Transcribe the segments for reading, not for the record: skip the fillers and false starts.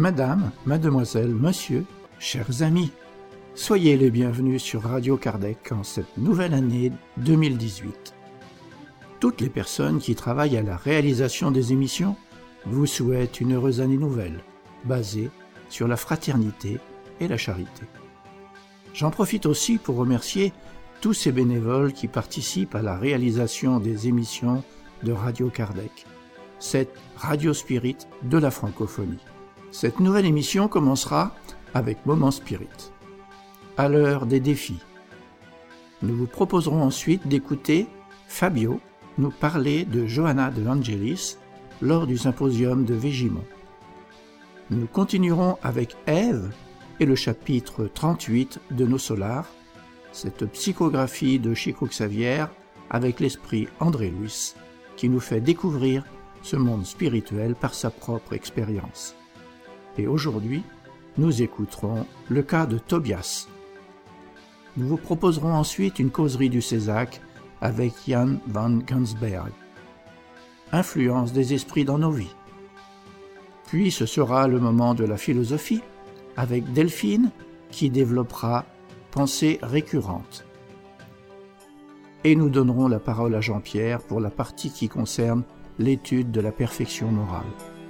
Madame, mademoiselle, monsieur, chers amis, soyez les bienvenus sur Radio Kardec en cette nouvelle année 2018. Toutes les personnes qui travaillent à la réalisation des émissions vous souhaitent une heureuse année nouvelle, basée sur la fraternité et la charité. J'en profite aussi pour remercier tous ces bénévoles qui participent à la réalisation des émissions de Radio Kardec, cette radio spirit de la francophonie. Cette nouvelle émission commencera avec Moment Spirit, à l'heure des défis. Nous vous proposerons ensuite d'écouter Fabio nous parler de Johanna de Angelis lors du symposium de Végimont. Nous continuerons avec Ève et le chapitre 38 de Nos Solars, cette psychographie de Chico Xavier avec l'esprit André Luis qui nous fait découvrir ce monde spirituel par sa propre expérience. Et aujourd'hui, nous écouterons le cas de Tobias. Nous vous proposerons ensuite une causerie du Césac avec Jan van Gansberg. Influence des esprits dans nos vies. Puis ce sera le moment de la philosophie avec Delphine qui développera Pensée récurrente. Et nous donnerons la parole à Jean-Pierre pour la partie qui concerne l'étude de la perfection morale.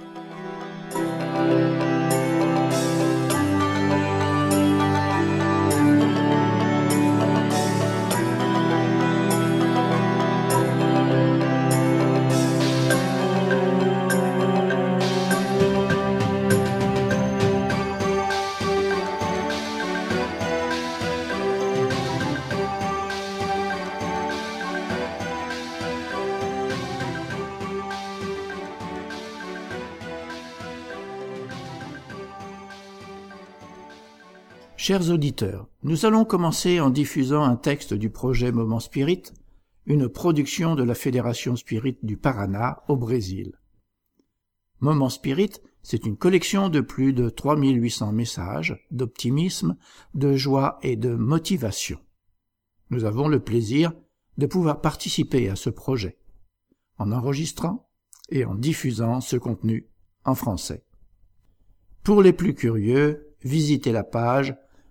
Chers auditeurs, nous allons commencer en diffusant un texte du projet Moment Spirit, une production de la Fédération Spirit du Paraná au Brésil. Moment Spirit, c'est une collection de plus de 3800 messages d'optimisme, de joie et de motivation. Nous avons le plaisir de pouvoir participer à ce projet, en enregistrant et en diffusant ce contenu en français. Pour les plus curieux, visitez la page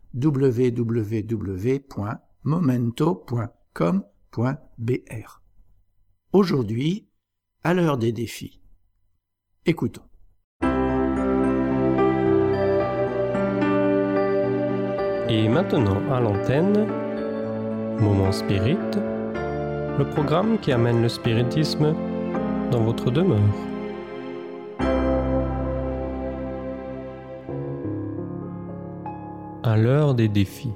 www.momento.com.br. Aujourd'hui, à l'heure des défis. Écoutons. Et maintenant à l'antenne, Moment Spirit, le programme qui amène le spiritisme dans votre demeure. À l'heure des défis.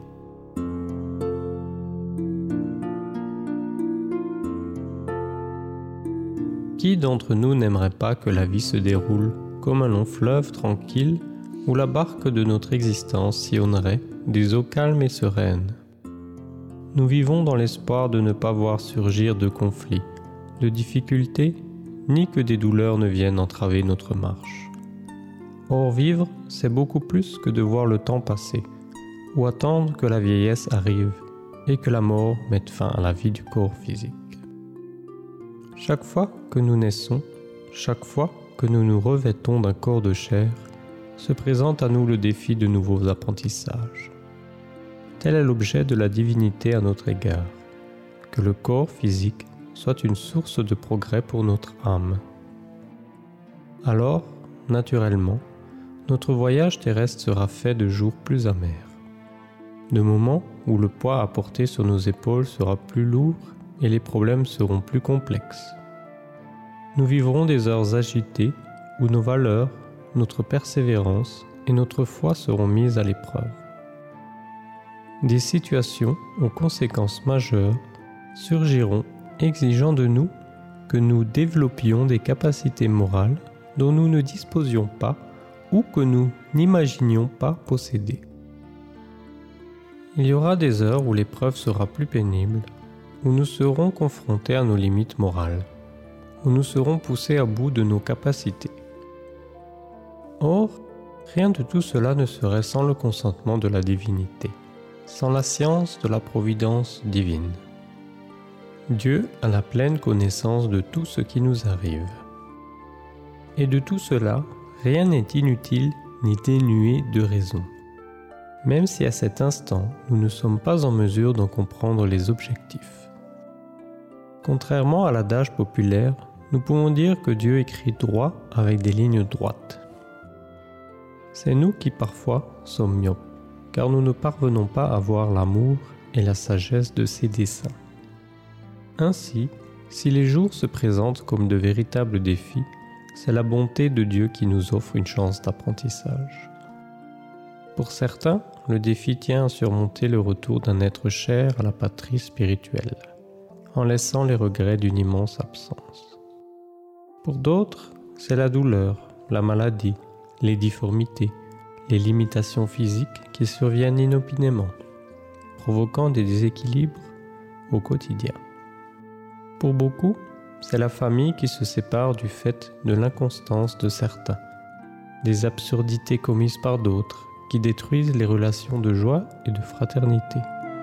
Qui d'entre nous n'aimerait pas que la vie se déroule comme un long fleuve tranquille où la barque de notre existence sillonnerait des eaux calmes et sereines? Nous vivons dans l'espoir de ne pas voir surgir de conflits, de difficultés, ni que des douleurs ne viennent entraver notre marche. Or, vivre, c'est beaucoup plus que de voir le temps passer, ou attendre que la vieillesse arrive et que la mort mette fin à la vie du corps physique. Chaque fois que nous naissons, chaque fois que nous nous revêtons d'un corps de chair, se présente à nous le défi de nouveaux apprentissages. Tel est l'objet de la divinité à notre égard, que le corps physique soit une source de progrès pour notre âme. Alors, naturellement, notre voyage terrestre sera fait de jours plus amers, de moments où le poids à porter sur nos épaules sera plus lourd et les problèmes seront plus complexes. Nous vivrons des heures agitées où nos valeurs, notre persévérance et notre foi seront mises à l'épreuve. Des situations aux conséquences majeures surgiront exigeant de nous que nous développions des capacités morales dont nous ne disposions pas ou que nous n'imaginions pas posséder. Il y aura des heures où l'épreuve sera plus pénible, où nous serons confrontés à nos limites morales, où nous serons poussés à bout de nos capacités. Or, rien de tout cela ne serait sans le consentement de la divinité, sans la science de la providence divine. Dieu a la pleine connaissance de tout ce qui nous arrive. Et de tout cela, rien n'est inutile ni dénué de raison. Même si à cet instant, nous ne sommes pas en mesure d'en comprendre les objectifs. Contrairement à l'adage populaire, nous pouvons dire que Dieu écrit droit avec des lignes droites. C'est nous qui parfois sommes myopes, car nous ne parvenons pas à voir l'amour et la sagesse de ses desseins. Ainsi, si les jours se présentent comme de véritables défis, c'est la bonté de Dieu qui nous offre une chance d'apprentissage. Pour certains, le défi tient à surmonter le retour d'un être cher à la patrie spirituelle, en laissant les regrets d'une immense absence. Pour d'autres, c'est la douleur, la maladie, les difformités, les limitations physiques qui surviennent inopinément, provoquant des déséquilibres au quotidien. Pour beaucoup, c'est la famille qui se sépare du fait de l'inconstance de certains, des absurdités commises par d'autres qui détruisent les relations de joie et de fraternité.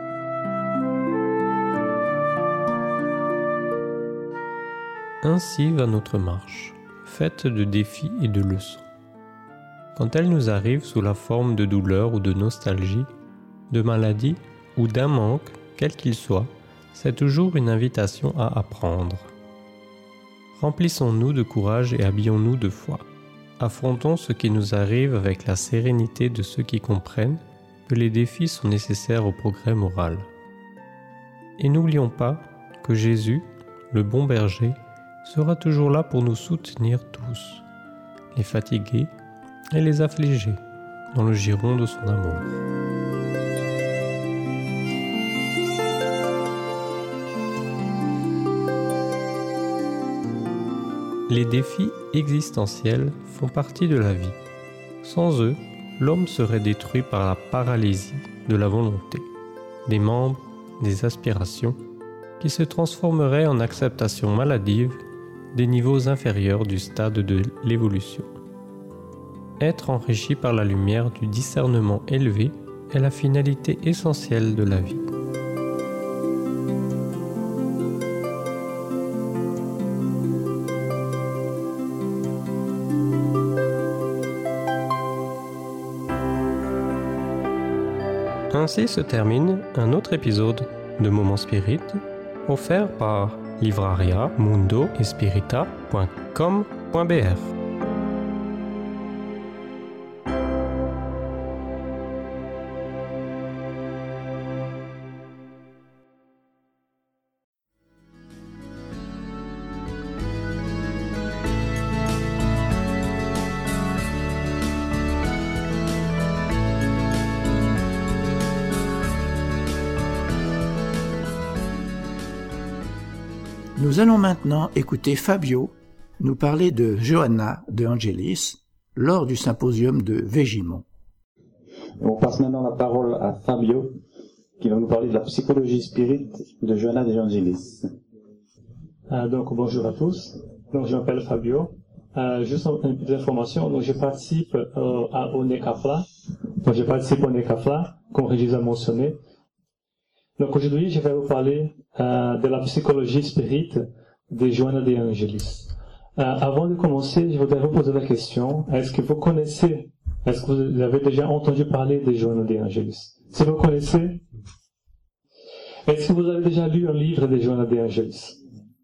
Ainsi va notre marche, faite de défis et de leçons. Quand elle nous arrive sous la forme de douleur ou de nostalgie, de maladie ou d'un manque, quel qu'il soit, c'est toujours une invitation à apprendre. Remplissons-nous de courage et habillons-nous de foi. Affrontons ce qui nous arrive avec la sérénité de ceux qui comprennent que les défis sont nécessaires au progrès moral. Et n'oublions pas que Jésus, le bon berger, sera toujours là pour nous soutenir tous, les fatigués et les affligés, dans le giron de son amour. Les défis existentiels font partie de la vie. Sans eux, l'homme serait détruit par la paralysie de la volonté, des membres, des aspirations, qui se transformeraient en acceptation maladive des niveaux inférieurs du stade de l'évolution. Être enrichi par la lumière du discernement élevé est la finalité essentielle de la vie. Ainsi se termine un autre épisode de Moments Spirit, offert par Livraria Mundo Espirita.com.br. Nous allons maintenant écouter Fabio nous parler de Johanna de Angelis lors du symposium de Végimont. On passe maintenant la parole à Fabio qui va nous parler de la psychologie spirit de Johanna de Angelis. Donc bonjour à tous, donc je m'appelle Fabio. Juste une petite information, donc je participe au NECAFLA, comme Régis a mentionné. Donc aujourd'hui, je vais vous parler de la psychologie spirit de Johanna de Angelis. Avant de commencer, je voudrais vous poser la question, est-ce que vous avez déjà entendu parler de Johanna de Angelis? Si vous connaissez, est-ce que vous avez déjà lu un livre de Johanna de Angelis?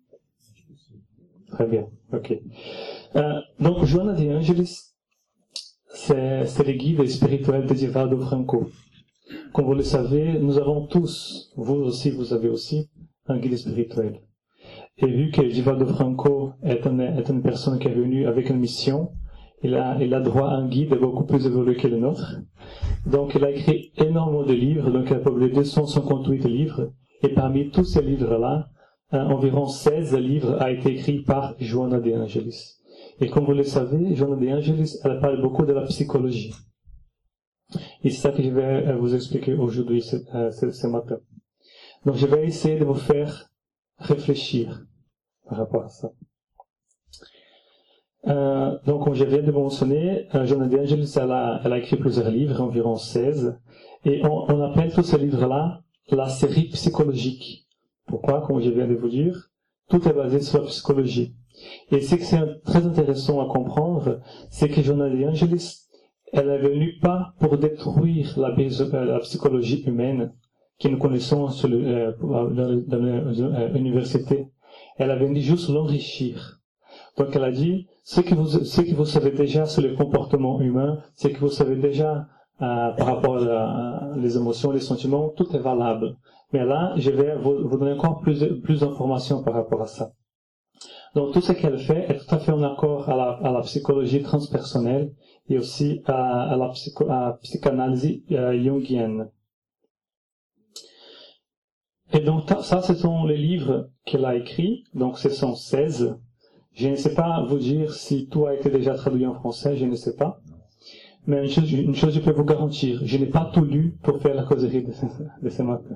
Très bien, ok. Donc Johanna de Angelis, c'est le guide spirituel de Divaldo Franco. Comme vous le savez, nous avons tous, vous aussi, vous avez aussi, un guide spirituel. Et vu que Divaldo Franco est une personne qui est venue avec une mission, il a droit à un guide beaucoup plus évolué que le nôtre. Donc il a écrit énormément de livres, donc il a publié 258 livres, et parmi tous ces livres-là, environ 16 livres a été écrits par Johanna de Angelis. Et comme vous le savez, Johanna de Angelis, elle parle beaucoup de la psychologie. Et c'est ça que je vais vous expliquer aujourd'hui, ce matin. Donc je vais essayer de vous faire réfléchir par rapport à ça. Donc comme je viens de mentionner, Johanna de Angelis, elle a écrit plusieurs livres, environ 16, et on appelle tous ces livres-là la série psychologique. Pourquoi? Comme je viens de vous dire, tout est basé sur la psychologie. Et ce qui est très intéressant à comprendre, c'est que Johanna de Angelis, elle est venue pas pour détruire la psychologie humaine que nous connaissons dans l'université. Elle est venue juste l'enrichir. Donc elle a dit, ce que vous savez déjà sur le comportement humain, ce que vous savez déjà par rapport les émotions, les sentiments, tout est valable. Mais là, je vais vous donner encore plus d'informations par rapport à ça. Donc tout ce qu'elle fait est tout à fait en accord à la psychologie transpersonnelle et aussi à la psychanalyse jungienne. Et donc ça, ce sont les livres qu'elle a écrits. Donc ce sont 16. Je ne sais pas vous dire si tout a été déjà traduit en français, je ne sais pas. Mais une chose je peux vous garantir, je n'ai pas tout lu pour faire la causerie de ce matin.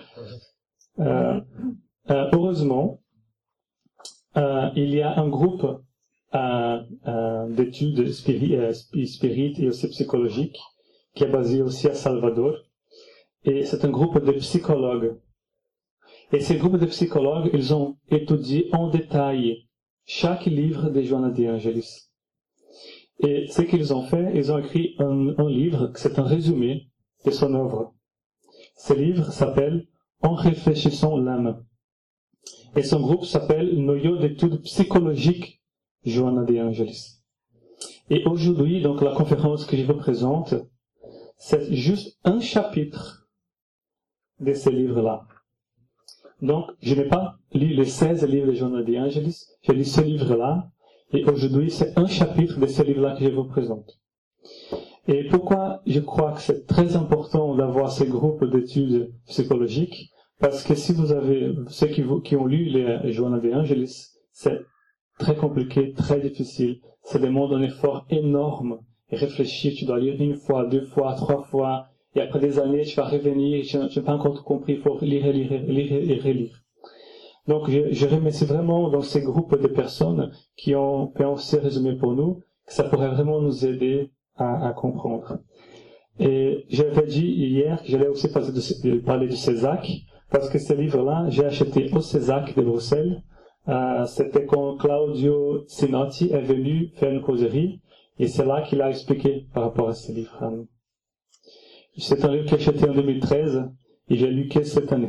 Heureusement, il y a un groupe d'études spirites et aussi psychologiques qui est basé aussi à Salvador. Et c'est un groupe de psychologues. Et ces groupes de psychologues, ils ont étudié en détail chaque livre de Joana de Angelis. Et ce qu'ils ont fait, ils ont écrit un livre, c'est un résumé de son œuvre. Ce livre s'appelle En réfléchissant l'âme. Et son groupe s'appelle Noyau d'études psychologiques Joana de Angelis. Et aujourd'hui, donc la conférence que je vous présente, c'est juste un chapitre de ce livre-là. Donc, je n'ai pas lu les 16 livres de Joana de Angelis, j'ai lu ce livre-là, et aujourd'hui, c'est un chapitre de ce livre-là que je vous présente. Et pourquoi je crois que c'est très important d'avoir ces groupes d'études psychologiques? Parce que si vous avez, ceux qui ont lu les Joana de Angelis, c'est très compliqué, très difficile. Ça demande un effort énorme. Et réfléchir, tu dois lire 1 fois, 2 fois, 3 fois, et après des années, tu vas revenir, tu n'as pas encore tout compris, il faut lire et relire. Donc, je remercie vraiment dans ces groupes de personnes qui ont pensé résumer pour nous, que ça pourrait vraiment nous aider à comprendre. Et j'avais dit hier que j'allais aussi parler du Césac, parce que ce livre-là, j'ai acheté au Césac de Bruxelles. C'était quand Claudio Sinotti est venu faire une causerie, et c'est là qu'il a expliqué par rapport à ce livre. C'est un livre que j'ai acheté en 2013, et j'ai lu que cette année.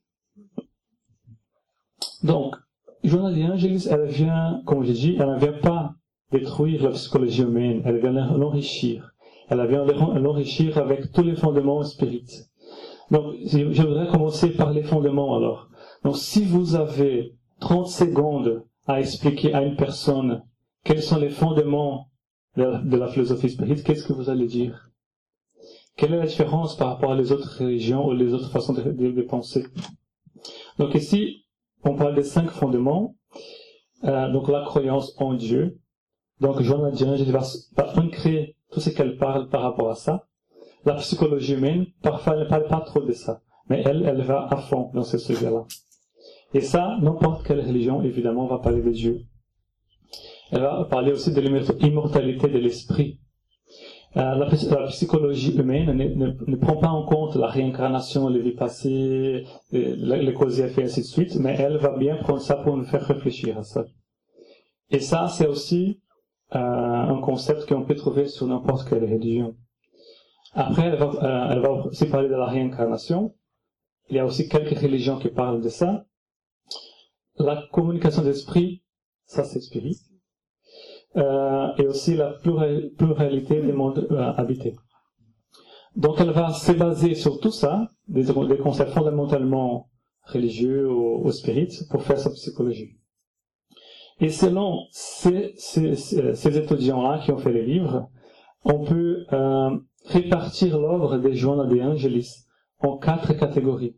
Donc, Joana de Angelis, elle vient, comme j'ai dit, elle ne vient pas détruire la psychologie humaine, elle vient l'enrichir. Elle vient l'enrichir avec tous les fondements spirituels. Donc, je voudrais commencer par les fondements alors. Donc, si vous avez 30 secondes à expliquer à une personne quels sont les fondements de la philosophie spirituelle, qu'est-ce que vous allez dire? Quelle est la différence par rapport à les autres religions ou les autres façons de penser? Donc ici, on parle des 5 fondements. Donc la croyance en Dieu. Donc Joana de Angelis va ancrer tout ce qu'elle parle par rapport à ça. La psychologie humaine, parfois elle ne parle pas trop de ça, mais elle va à fond dans ce sujet-là. Et ça, n'importe quelle religion, évidemment, va parler de Dieu. Elle va parler aussi de l'immortalité de l'esprit. La psychologie humaine ne prend pas en compte la réincarnation, les vies passées, les causes et effets, ainsi de suite, mais elle va bien prendre ça pour nous faire réfléchir à ça. Et ça, c'est aussi un concept qu'on peut trouver sur n'importe quelle religion. Après, elle va aussi parler de la réincarnation. Il y a aussi quelques religions qui parlent de ça. La communication d'esprit, ça c'est spirit. Et aussi la pluralité des mondes habités. Donc elle va se baser sur tout ça, des concepts fondamentalement religieux ou spirites, pour faire sa psychologie. Et selon ces étudiants-là qui ont fait les livres, on peut répartir l'œuvre de Joana de Angelis en 4 catégories.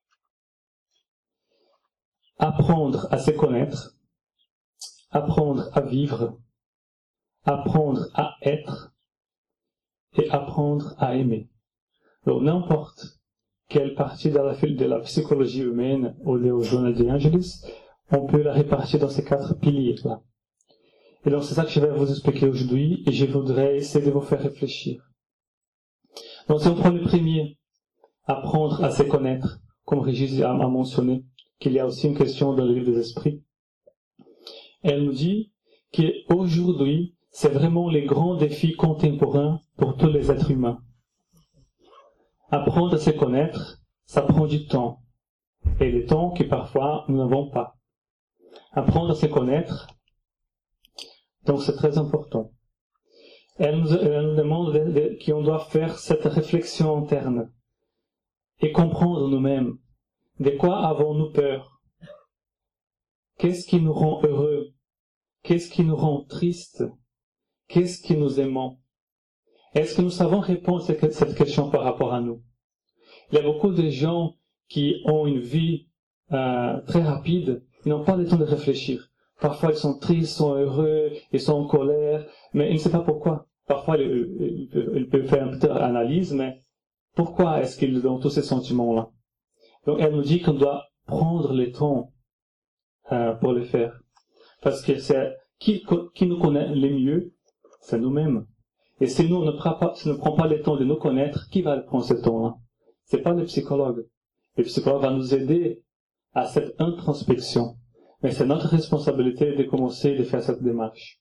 Apprendre à se connaître, apprendre à vivre, apprendre à être et apprendre à aimer. Donc n'importe quelle partie de la psychologie humaine ou de Joana de Angelis, on peut la répartir dans ces 4 piliers-là. Et donc c'est ça que je vais vous expliquer aujourd'hui et je voudrais essayer de vous faire réfléchir. Donc si on prend le premier, apprendre à se connaître, comme Régis a mentionné, qu'il y a aussi une question dans le livre des esprits. Elle nous dit qu'aujourd'hui, c'est vraiment les grands défis contemporains pour tous les êtres humains. Apprendre à se connaître, ça prend du temps, et le temps que parfois nous n'avons pas. Apprendre à se connaître, donc c'est très important. Elle nous demande qu'on doit faire cette réflexion interne et comprendre nous-mêmes de quoi avons-nous peur, qu'est-ce qui nous rend heureux, qu'est-ce qui nous rend triste, qu'est-ce qui nous aimons. Est-ce que nous savons répondre à cette question par rapport à nous? Il y a beaucoup de gens qui ont une vie très rapide, ils n'ont pas le temps de réfléchir. Parfois ils sont tristes, ils sont heureux, ils sont en colère, mais ils ne savent pas pourquoi. Parfois ils peuvent faire une petite analyse, mais pourquoi est-ce qu'ils ont tous ces sentiments-là? Donc elle nous dit qu'on doit prendre le temps pour le faire. Parce que c'est qui nous connaît le mieux, c'est nous-mêmes. Et si nous ne prend pas le temps de nous connaître, qui va prendre ce temps-là? C'est pas le psychologue. Le psychologue va nous aider à cette introspection. Mais c'est notre responsabilité de commencer de faire cette démarche.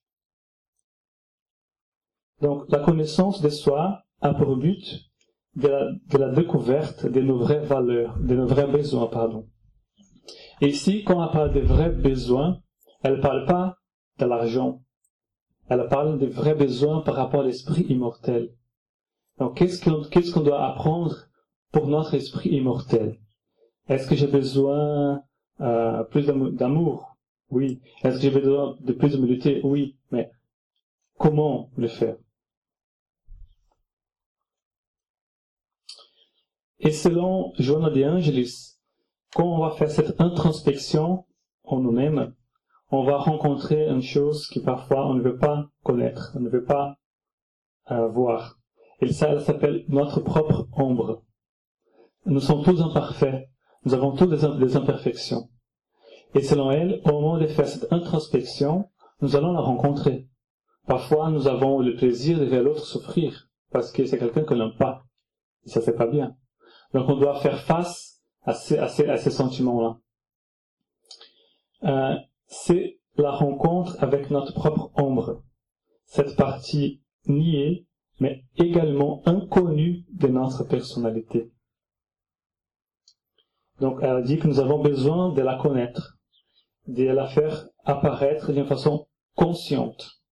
Donc, la connaissance de soi a pour but de la découverte de nos vraies valeurs, de nos vrais besoins, pardon. Et ici, quand elle parle de vrais besoins, elle ne parle pas de l'argent. Elle parle des vrais besoins par rapport à l'esprit immortel. Donc, qu'est-ce qu'on doit apprendre pour notre esprit immortel? Est-ce que j'ai besoin plus d'amour? Oui. Est-ce que j'ai besoin de plus d'humilité? Oui. Mais comment le faire? Et selon Joanna de Angelis, quand on va faire cette introspection en nous-mêmes, on va rencontrer une chose qui parfois on ne veut pas connaître, on ne veut pas voir. Et ça, elle s'appelle notre propre ombre. Nous sommes tous imparfaits, nous avons tous des imperfections. Et selon elle, au moment de faire cette introspection, nous allons la rencontrer. Parfois, nous avons le plaisir de voir l'autre souffrir, parce que c'est quelqu'un qu'on n'aime pas. Et ça, c'est pas bien. Donc, on doit faire face à ces sentiments-là. C'est la rencontre avec notre propre ombre. Cette partie niée, mais également inconnue de notre personnalité. Donc, elle dit que nous avons besoin de la connaître, de la faire apparaître d'une façon consciente.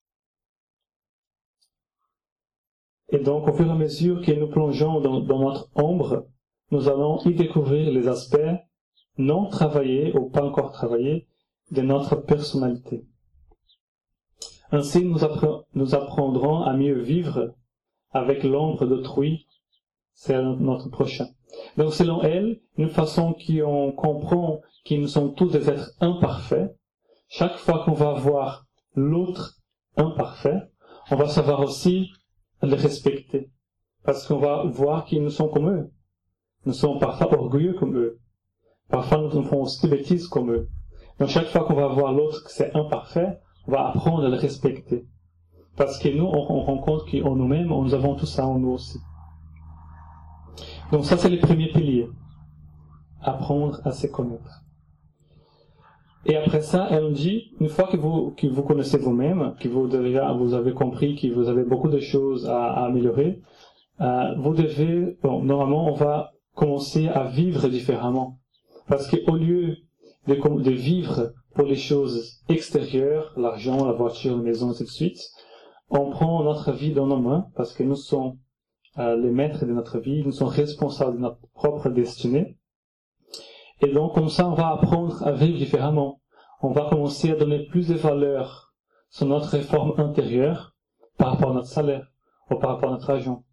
Et donc, au fur et à mesure que nous plongeons dans notre ombre, nous allons y découvrir les aspects non travaillés ou pas encore travaillés de notre personnalité. Ainsi, nous apprendrons à mieux vivre avec l'ombre d'autrui, c'est notre prochain. Donc, selon elle, une façon qu'on comprend que nous sommes tous des êtres imparfaits, chaque fois qu'on va voir l'autre imparfait, on va savoir aussi le respecter. Parce qu'on va voir qu'ils nous sont comme eux. Nous sommes parfois orgueilleux comme eux. Parfois, nous faisons aussi des bêtises comme eux. Donc, chaque fois qu'on va voir l'autre que c'est imparfait, on va apprendre à le respecter. Parce que nous, on rencontre qu'en nous-mêmes, nous avons tout ça en nous aussi. Donc ça, c'est le premier pilier. Apprendre à se connaître. Et après ça, elle nous dit, une fois que vous connaissez vous-même, que vous avez compris que vous avez beaucoup de choses à améliorer, vous devez, normalement, on va commencer à vivre différemment. Parce qu'au lieu de vivre pour les choses extérieures, l'argent, la voiture, la maison, ainsi de suite, on prend notre vie dans nos mains, parce que nous sommes les maîtres de notre vie, nous sommes responsables de notre propre destinée. Et donc, comme ça, on va apprendre à vivre différemment. On va commencer à donner plus de valeur sur notre réforme intérieure par rapport à notre salaire ou par rapport à notre argent.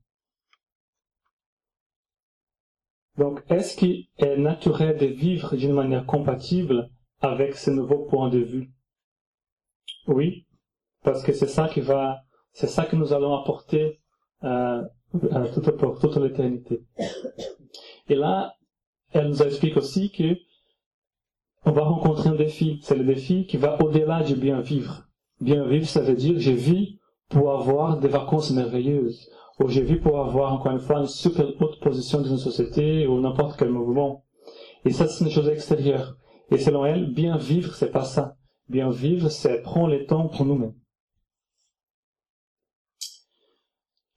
Donc, est-ce qu'il est naturel de vivre d'une manière compatible avec ce nouveau point de vue? Oui, parce que c'est ça que nous allons apporter pour toute l'éternité. Et là, elle nous explique aussi que on va rencontrer un défi. C'est le défi qui va au-delà du bien vivre. Bien vivre, ça veut dire je vis pour avoir des vacances merveilleuses. Ou je vis pour avoir, encore une fois, une super haute position dans une société ou n'importe quel mouvement. Et ça, c'est une chose extérieure. Et selon elle, bien vivre, c'est pas ça. Bien vivre, c'est prendre le temps pour nous-mêmes.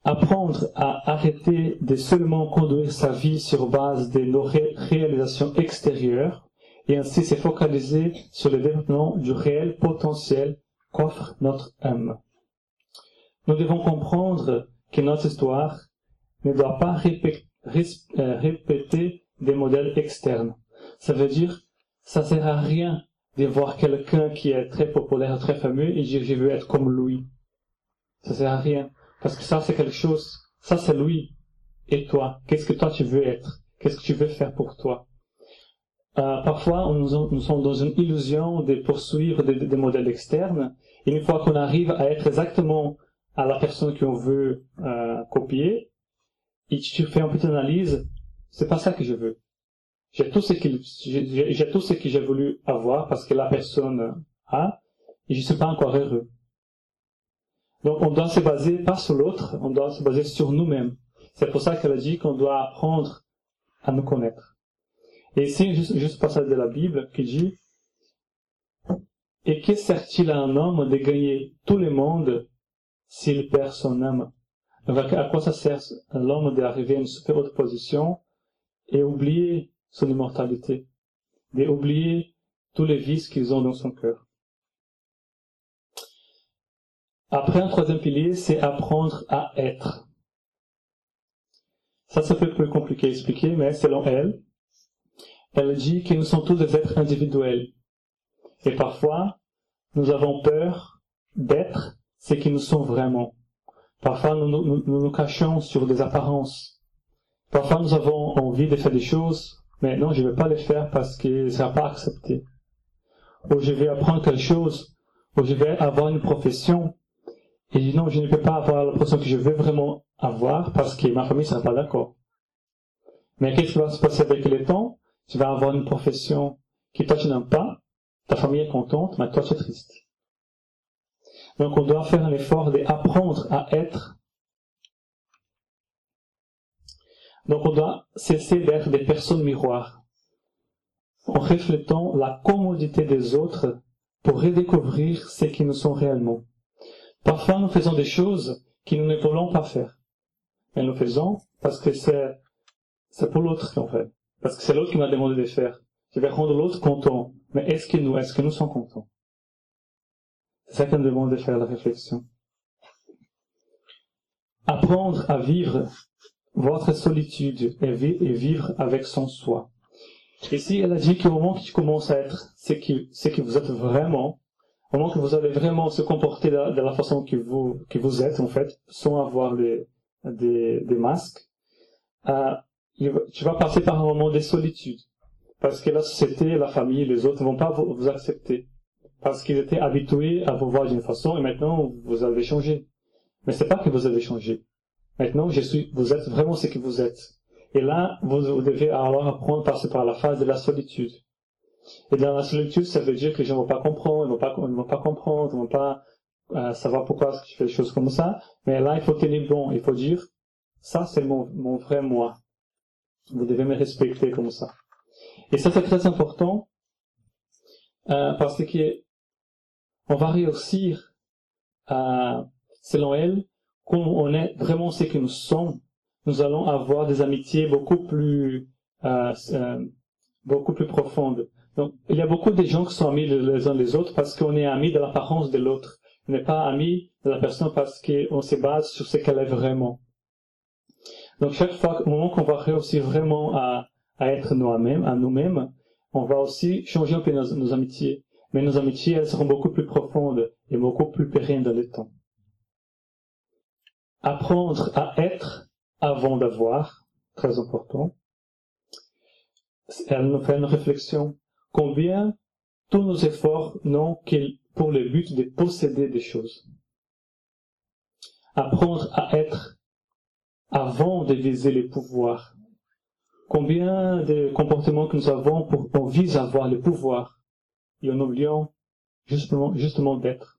Apprendre à arrêter de seulement conduire sa vie sur base de nos réalisations extérieures et ainsi se focaliser sur le développement du réel potentiel qu'offre notre âme. Nous devons comprendre que notre histoire ne doit pas répéter des modèles externes. Ça veut dire, ça sert à rien de voir quelqu'un qui est très populaire, très fameux et dire je veux être comme lui. Ça sert à rien. Parce que ça c'est quelque chose, ça c'est lui. Et toi, qu'est-ce que toi tu veux être? Qu'est-ce que tu veux faire pour toi? Parfois, nous sommes dans une illusion de poursuivre des modèles externes. Et une fois qu'on arrive à être exactement à la personne qu'on veut copier, et tu fais une petite analyse, c'est pas ça que je veux. J'ai tout ce que j'ai voulu avoir parce que la personne a, et je suis pas encore heureux. Donc on doit se baser pas sur l'autre, on doit se baser sur nous-mêmes. C'est pour ça qu'elle a dit qu'on doit apprendre à nous connaître. Et ici, juste passage de la Bible qui dit « Et que sert-il à un homme de gagner tout le monde s'il perd son âme ?» Donc à quoi ça sert à l'homme d'arriver à une super haute position et oublier son immortalité, d'oublier tous les vices qu'ils ont dans son cœur. Après, un troisième pilier, c'est apprendre à être. Ça peut être plus compliqué à expliquer, mais selon elle dit que nous sommes tous des êtres individuels. Et parfois, nous avons peur d'être ce que nous sommes vraiment. Parfois, nous cachons sur des apparences. Parfois, nous avons envie de faire des choses, mais non, je ne vais pas les faire parce que ça ne sera pas accepté. Ou je vais apprendre quelque chose, ou je vais avoir une profession, et non, je ne peux pas avoir la profession que je veux vraiment avoir parce que ma famille ne sera pas d'accord. Mais qu'est-ce qui va se passer avec le temps? Tu vas avoir une profession que toi tu n'aimes pas, ta famille est contente, mais toi tu es triste. Donc on doit faire un effort d'apprendre à être. Donc on doit cesser d'être des personnes miroirs, en reflétant la commodité des autres pour redécouvrir ce qui nous sommes réellement. Parfois nous faisons des choses que nous ne voulons pas faire. Mais nous faisons parce que c'est pour l'autre qu'on fait. Parce que c'est l'autre qui m'a demandé de faire. Je vais rendre l'autre content. Mais est-ce que nous sommes contents? C'est ça qu'on me demande de faire la réflexion. Apprendre à vivre votre solitude et vivre avec son soi. Ici, elle a dit qu'au moment que tu commences à être ce que vous êtes vraiment, au moment que vous allez vraiment se comporter de la façon que vous êtes, en fait, sans avoir des masques, tu vas passer par un moment de solitude. Parce que la société, la famille, les autres ne vont pas vous accepter. Parce qu'ils étaient habitués à vous voir d'une façon et maintenant vous avez changé. Mais c'est pas que vous avez changé. Maintenant, vous êtes vraiment ce que vous êtes. Et là, vous devez alors apprendre à passer par la phase de la solitude. Et dans la solitude, ça veut dire que les gens ne vont pas comprendre, ils ne vont pas comprendre, ils ne vont pas savoir pourquoi je fais des choses comme ça. Mais là, il faut tenir bon, il faut dire, ça c'est mon vrai moi. Vous devez me respecter comme ça. Et ça c'est très important, parce que on va réussir selon elle, quand on est vraiment ce que nous sommes, nous allons avoir des amitiés beaucoup plus profondes. Donc, il y a beaucoup de gens qui sont amis les uns des autres parce qu'on est amis de l'apparence de l'autre. On n'est pas amis de la personne parce qu'on se base sur ce qu'elle est vraiment. Donc, chaque fois, au moment qu'on va réussir vraiment à être nous-mêmes, on va aussi changer un peu nos amitiés. Mais nos amitiés, elles seront beaucoup plus profondes et beaucoup plus pérennes dans le temps. Apprendre à être avant d'avoir, très important. Elle nous fait une réflexion. Combien tous nos efforts n'ont que pour le but de posséder des choses. Apprendre à être avant de viser les pouvoirs. Combien de comportements que nous avons on vise à avoir le pouvoir et en oubliant justement d'être.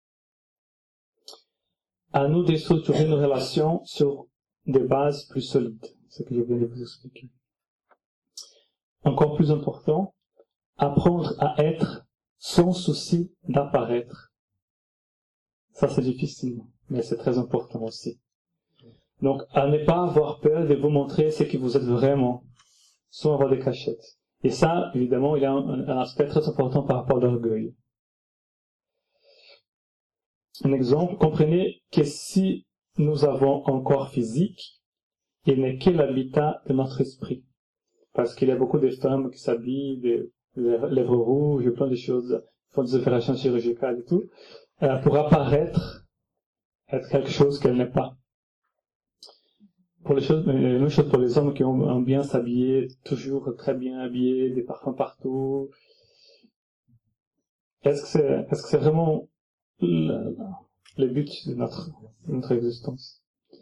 À nous de structurer nos relations sur des bases plus solides. C'est ce que je viens de vous expliquer. Encore plus important, apprendre à être sans souci d'apparaître. Ça c'est difficile, mais c'est très important aussi. Donc, à ne pas avoir peur de vous montrer ce que vous êtes vraiment, sans avoir des cachettes. Et ça, évidemment, il y a un aspect très important par rapport à l'orgueil. Un exemple, comprenez que si nous avons un corps physique, il n'est que l'habitat de notre esprit. Parce qu'il y a beaucoup de femmes qui s'habillent, des lèvres rouges, plein de choses, font des opérations chirurgicales et tout, pour apparaître, être quelque chose qu'elle n'est pas. Pour les même chose pour les hommes qui ont bien s'habiller, toujours très bien habillés, des parfums partout. Est-ce que c'est vraiment le but de notre existence?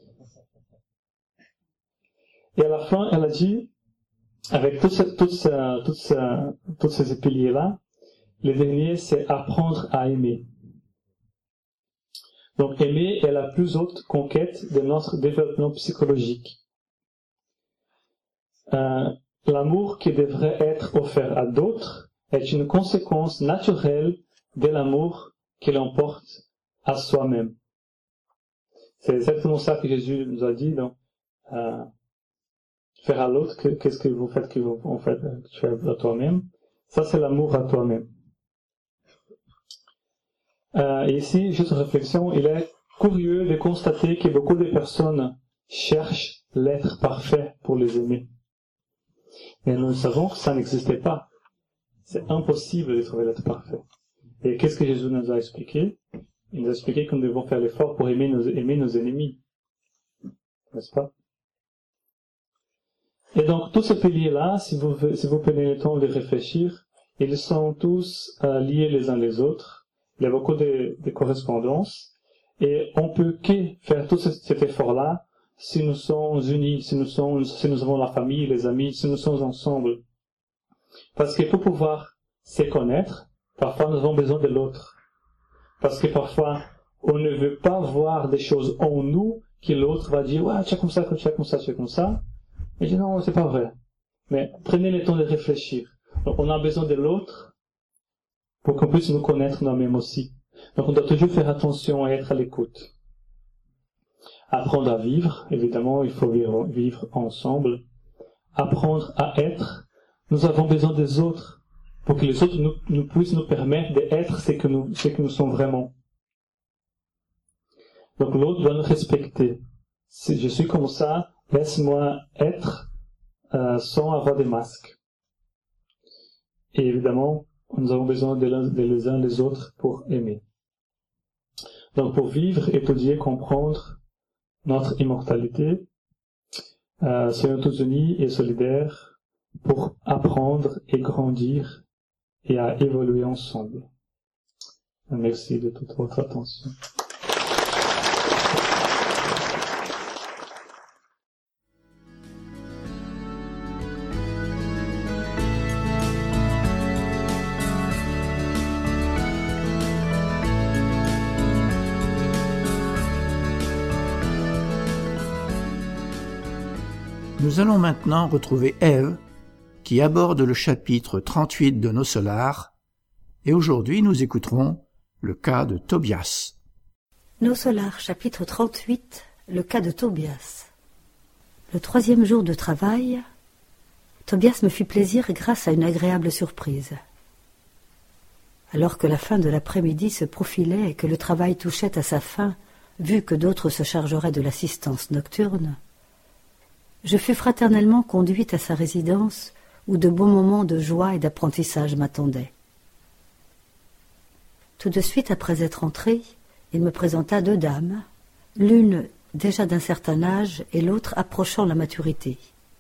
Et à la fin, elle a dit, avec tous ces piliers-là, le dernier, c'est apprendre à aimer. Donc, aimer est la plus haute conquête de notre développement psychologique. L'amour qui devrait être offert à d'autres est une conséquence naturelle de l'amour que l'on porte à soi-même. C'est exactement ça que Jésus nous a dit, donc, faire à l'autre, qu'est-ce que vous faites que vous faites à toi-même. Ça, c'est l'amour à toi-même. Et ici, juste une réflexion, il est curieux de constater que beaucoup de personnes cherchent l'être parfait pour les aimer. Mais nous savons que ça n'existait pas. C'est impossible de trouver l'être parfait. Et qu'est-ce que Jésus nous a expliqué? Il nous a expliqué que nous devons faire l'effort pour aimer nos ennemis. N'est-ce pas? Et donc, tous ces piliers-là, si vous prenez le temps de réfléchir, ils sont tous liés les uns les autres. Il y a beaucoup de correspondances. Et on peut que faire tout cet effort-là si nous sommes unis, si nous avons la famille, les amis, si nous sommes ensemble. Parce que pour pouvoir se connaître, parfois nous avons besoin de l'autre. Parce que parfois, on ne veut pas voir des choses en nous que l'autre va dire, ouais, tu es comme ça, tu es comme ça, tu es comme ça. Et je dis, non, c'est pas vrai. Mais prenez le temps de réfléchir. Donc, on a besoin de l'autre pour qu'on puisse nous connaître nous-mêmes aussi. Donc, on doit toujours faire attention à être à l'écoute. Apprendre à vivre, évidemment, il faut vivre ensemble. Apprendre à être. Nous avons besoin des autres pour que les autres nous puissent nous permettre d'être ce que nous sommes vraiment. Donc, l'autre doit nous respecter. Si je suis comme ça, laisse-moi être sans avoir des masques. Et évidemment, nous avons besoin les uns les autres pour aimer. Donc pour vivre, étudier, comprendre notre immortalité, soyons tous unis et solidaires pour apprendre et grandir et à évoluer ensemble. Merci de toute votre attention. Nous allons maintenant retrouver Ève, qui aborde le chapitre 38 de Nos Solars, et aujourd'hui nous écouterons le cas de Tobias. Nos Solars, chapitre 38, le cas de Tobias. Le 3e jour de travail, Tobias me fit plaisir grâce à une agréable surprise. Alors que la fin de l'après-midi se profilait et que le travail touchait à sa fin, vu que d'autres se chargeraient de l'assistance nocturne, je fus fraternellement conduite à sa résidence où de beaux moments de joie et d'apprentissage m'attendaient. Tout de suite après être entré, il me présenta 2 dames, l'une déjà d'un certain âge et l'autre approchant la maturité.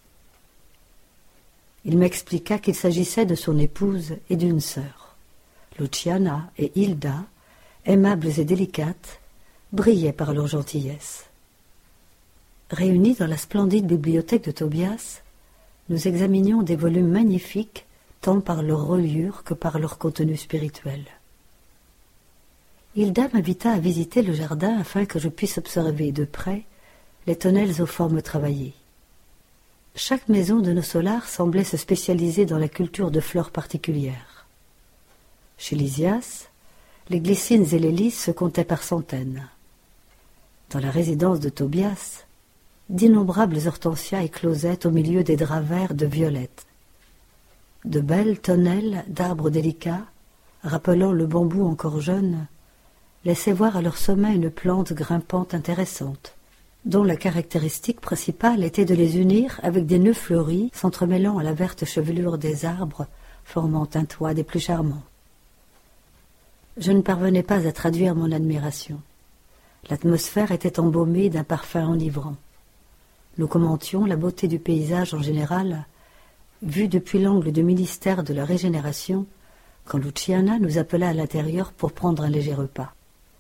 Il m'expliqua qu'il s'agissait de son épouse et d'une sœur. Luciana et Hilda, aimables et délicates, brillaient par leur gentillesse. Réunis dans la splendide bibliothèque de Tobias, nous examinions des volumes magnifiques, tant par leur reliure que par leur contenu spirituel. Hilda m'invita à visiter le jardin afin que je puisse observer de près les tonnelles aux formes travaillées. Chaque maison de Nos Solars semblait se spécialiser dans la culture de fleurs particulières. Chez Lysias, les glycines et les lys se comptaient par centaines. Dans la résidence de Tobias, d'innombrables hortensias éclosaient au milieu des draps verts de violettes. De belles tonnelles d'arbres délicats, rappelant le bambou encore jeune, laissaient voir à leur sommet une plante grimpante intéressante, dont la caractéristique principale était de les unir avec des nœuds fleuris s'entremêlant à la verte chevelure des arbres, formant un toit des plus charmants. Je ne parvenais pas à traduire mon admiration. L'atmosphère était embaumée d'un parfum enivrant. Nous commentions la beauté du paysage en général, vu depuis l'angle du ministère de la Régénération, quand Luciana nous appela à l'intérieur pour prendre un léger repas.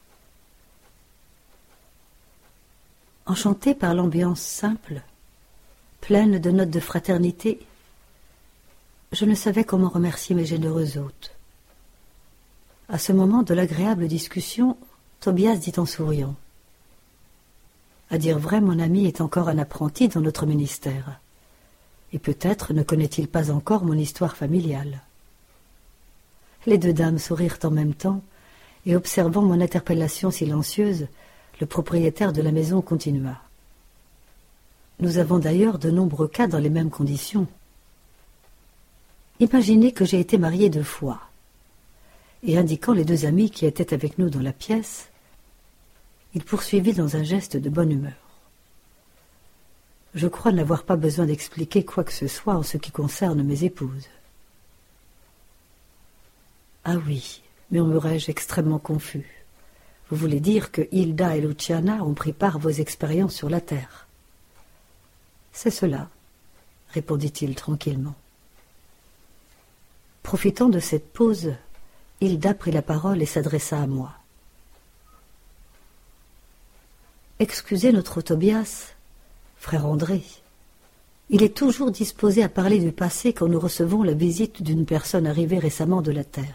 Enchantée par l'ambiance simple, pleine de notes de fraternité, je ne savais comment remercier mes généreux hôtes. À ce moment de l'agréable discussion, Tobias dit en souriant : « À dire vrai, mon ami est encore un apprenti dans notre ministère, et peut-être ne connaît-il pas encore mon histoire familiale. » Les deux dames sourirent en même temps, et observant mon interpellation silencieuse, le propriétaire de la maison continua. « Nous avons d'ailleurs de nombreux cas dans les mêmes conditions. Imaginez que j'ai été marié 2 fois. » Et indiquant les 2 amis qui étaient avec nous dans la pièce, il poursuivit dans un geste de bonne humeur. « Je crois n'avoir pas besoin d'expliquer quoi que ce soit en ce qui concerne mes épouses. »« Ah oui, murmurai-je extrêmement confus. Vous voulez dire que Hilda et Luciana ont pris part à vos expériences sur la terre. »« C'est cela, » répondit-il tranquillement. Profitant de cette pause, Hilda prit la parole et s'adressa à moi. « Excusez notre Tobias, frère André. Il est toujours disposé à parler du passé quand nous recevons la visite d'une personne arrivée récemment de la terre. »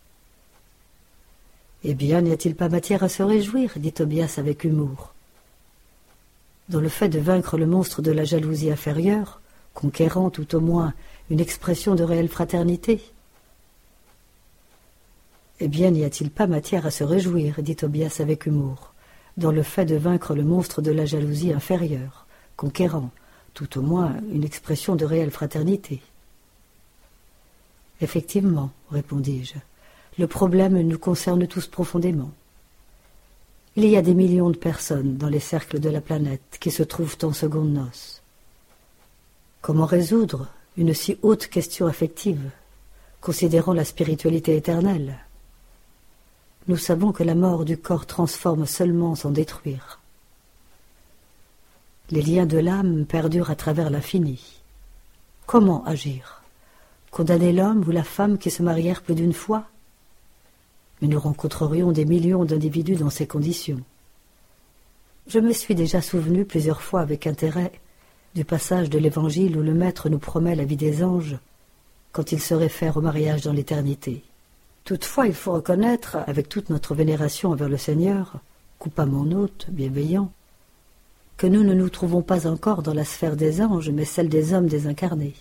« Eh bien, n'y a-t-il pas matière à se réjouir ?» dit Tobias avec humour. « Dans le fait de vaincre le monstre de la jalousie inférieure, conquérant tout au moins une expression de réelle fraternité. »« Eh bien, n'y a-t-il pas matière à se réjouir ?» dit Tobias avec humour. « Dans le fait de vaincre le monstre de la jalousie inférieure, conquérant tout au moins une expression de réelle fraternité. »« Effectivement, répondis-je. Le problème nous concerne tous profondément. Il y a des millions de personnes dans les cercles de la planète qui se trouvent en secondes noces. Comment résoudre une si haute question affective, considérant la spiritualité éternelle ? Nous savons que la mort du corps transforme seulement sans détruire. Les liens de l'âme perdurent à travers l'infini. Comment agir ? Condamner l'homme ou la femme qui se marièrent plus d'une fois ? Mais nous rencontrerions des millions d'individus dans ces conditions. Je me suis déjà souvenu plusieurs fois avec intérêt du passage de l'Évangile où le Maître nous promet la vie des anges quand il se réfère au mariage dans l'éternité. Toutefois, il faut reconnaître, avec toute notre vénération envers le Seigneur, coupa mon hôte, bienveillant, que nous ne nous trouvons pas encore dans la sphère des anges, mais celle des hommes désincarnés.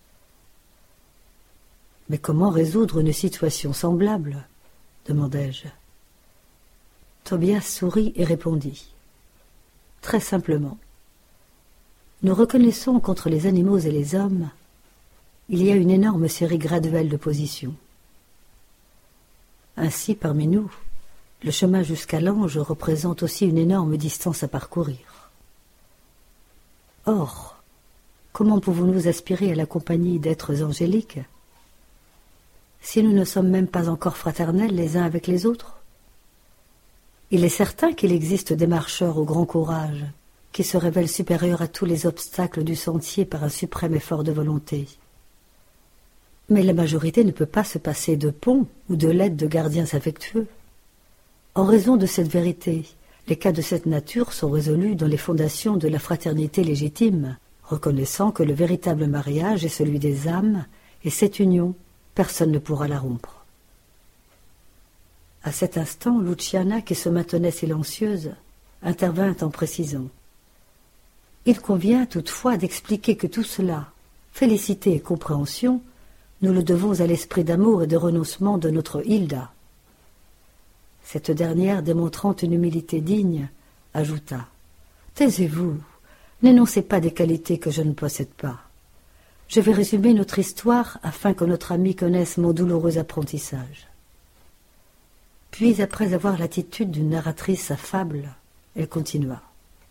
Mais comment résoudre une situation semblable ? Demandai-je. Tobias sourit et répondit. Très simplement. Nous reconnaissons qu'entre les animaux et les hommes, il y a une énorme série graduelle de positions. Ainsi, parmi nous, le chemin jusqu'à l'ange représente aussi une énorme distance à parcourir. Or, comment pouvons-nous aspirer à la compagnie d'êtres angéliques si nous ne sommes même pas encore fraternels les uns avec les autres? Il est certain qu'il existe des marcheurs au grand courage qui se révèlent supérieurs à tous les obstacles du sentier par un suprême effort de volonté. Mais la majorité ne peut pas se passer de ponts ou de l'aide de gardiens affectueux. En raison de cette vérité, les cas de cette nature sont résolus dans les fondations de la fraternité légitime, reconnaissant que le véritable mariage est celui des âmes, et cette union, personne ne pourra la rompre. À cet instant, Luciana, qui se maintenait silencieuse, intervint en précisant. Il convient toutefois d'expliquer que tout cela, félicité et compréhension, nous le devons à l'esprit d'amour et de renoncement de notre Hilda. Cette dernière, démontrant une humilité digne, ajouta. « Taisez-vous, N'énoncez pas des qualités que je ne possède pas. Je vais résumer notre histoire afin que notre ami connaisse mon douloureux apprentissage. Puis, après avoir l'attitude d'une narratrice affable, elle continua.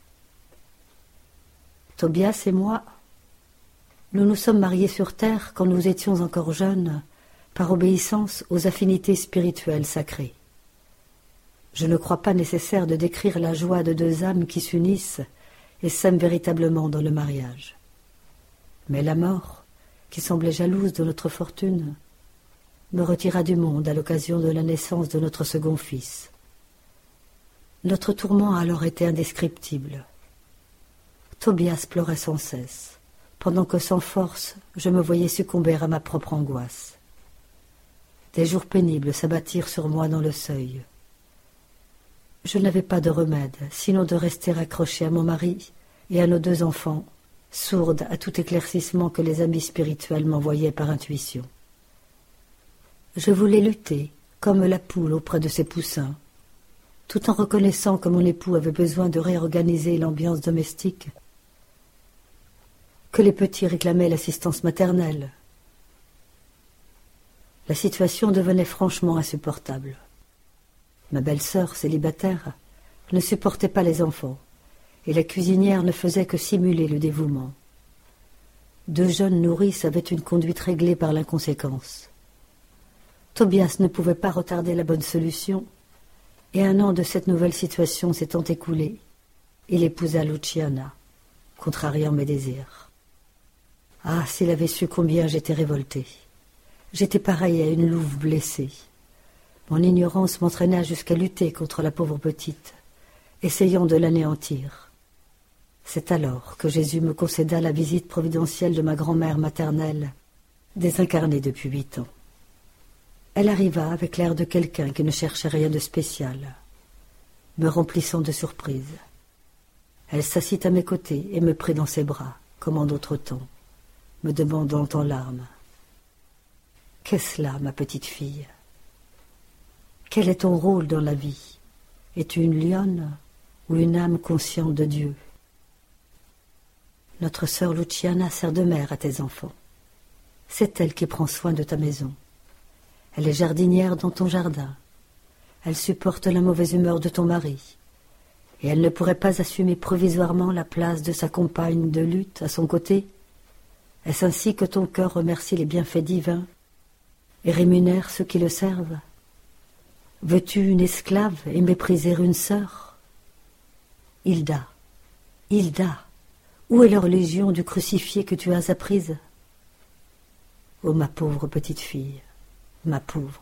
Tobias et moi, nous nous sommes mariés sur terre quand nous étions encore jeunes, par obéissance aux affinités spirituelles sacrées. Je ne crois pas nécessaire de décrire la joie de deux âmes qui s'unissent et s'aiment véritablement dans le mariage. Mais la mort, qui semblait jalouse de notre fortune, me retira du monde à l'occasion de la naissance de notre second fils. Notre tourment a alors été indescriptible. Tobias pleurait sans cesse, pendant que sans force je me voyais succomber à ma propre angoisse. Des jours pénibles s'abattirent sur moi dans le seuil. Je n'avais pas de remède, sinon de rester accrochée à mon mari et à nos deux enfants, sourde à tout éclaircissement que les amis spirituels m'envoyaient par intuition. Je voulais lutter, comme la poule auprès de ses poussins, tout en reconnaissant que mon époux avait besoin de réorganiser l'ambiance domestique, que les petits réclamaient l'assistance maternelle. La situation devenait franchement insupportable. Ma belle-sœur, célibataire, ne supportait pas les enfants, et la cuisinière ne faisait que simuler le dévouement. Deux jeunes nourrices avaient une conduite réglée par l'inconséquence. Tobias ne pouvait pas retarder la bonne solution, et 1 an de cette nouvelle situation s'étant écoulé, il épousa Luciana, contrariant mes désirs. Ah, s'il avait su combien j'étais révoltée. J'étais pareille à une louve blessée. Mon ignorance m'entraîna jusqu'à lutter contre la pauvre petite, essayant de l'anéantir. C'est alors que Jésus me concéda la visite providentielle de ma grand-mère maternelle, désincarnée depuis 8 ans. Elle arriva avec l'air de quelqu'un qui ne cherchait rien de spécial, me remplissant de surprise. Elle s'assit à mes côtés et me prit dans ses bras, comme en d'autres temps, me demandant en larmes. « Qu'est-ce là, ma petite fille ? Quel est ton rôle dans la vie ? Es-tu une lionne ou une âme consciente de Dieu ? Notre sœur Luciana sert de mère à tes enfants. C'est elle qui prend soin de ta maison. Elle est jardinière dans ton jardin. Elle supporte la mauvaise humeur de ton mari. Et elle ne pourrait pas assumer provisoirement la place de sa compagne de lutte à son côté ? Est-ce ainsi que ton cœur remercie les bienfaits divins et rémunère ceux qui le servent ? Veux-tu une esclave et mépriser une sœur ? Hilda, Hilda, où est leur légion du crucifié que tu as apprise ? Oh, ma pauvre petite fille, ma pauvre.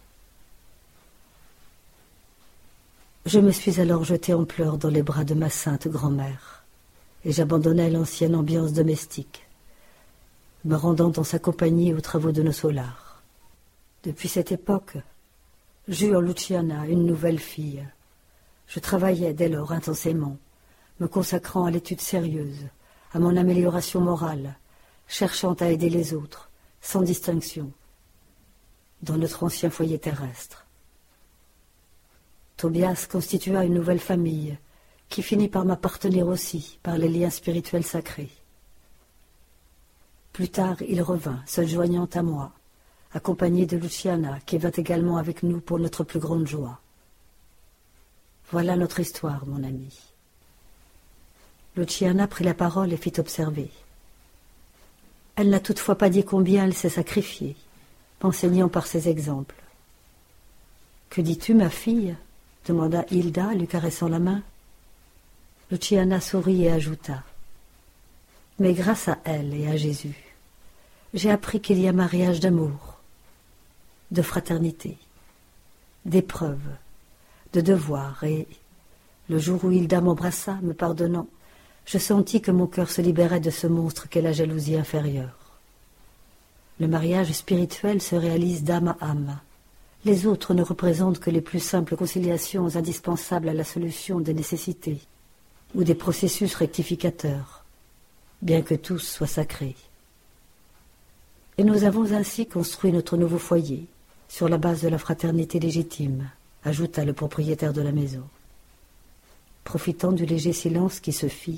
Je me suis alors jetée en pleurs dans les bras de ma sainte grand-mère, et j'abandonnai l'ancienne ambiance domestique, me rendant dans sa compagnie aux travaux de nos solars. Depuis cette époque, j'eus en Luciana une nouvelle fille. Je travaillais dès lors intensément, me consacrant à l'étude sérieuse, à mon amélioration morale, cherchant à aider les autres, sans distinction, dans notre ancien foyer terrestre. Tobias constitua une nouvelle famille, qui finit par m'appartenir aussi, par les liens spirituels sacrés. Plus tard, il revint, se joignant à moi, accompagné de Luciana, qui vint également avec nous pour notre plus grande joie. Voilà notre histoire, mon ami. Luciana prit la parole et fit observer. Elle n'a toutefois pas dit combien elle s'est sacrifiée, m'enseignant par ses exemples. « Que dis-tu, ma fille ?» demanda Hilda, lui caressant la main. Luciana sourit et ajouta. « Mais grâce à elle et à Jésus, j'ai appris qu'il y a mariage d'amour, de fraternité, d'épreuve, de devoir, et le jour où Hilda m'embrassa, me pardonnant, je sentis que mon cœur se libérait de ce monstre qu'est la jalousie inférieure. Le mariage spirituel se réalise d'âme à âme. Les autres ne représentent que les plus simples conciliations indispensables à la solution des nécessités ou des processus rectificateurs, bien que tous soient sacrés. Et nous avons ainsi construit notre nouveau foyer, sur la base de la fraternité légitime, ajouta le propriétaire de la maison. Profitant du léger silence qui se fit,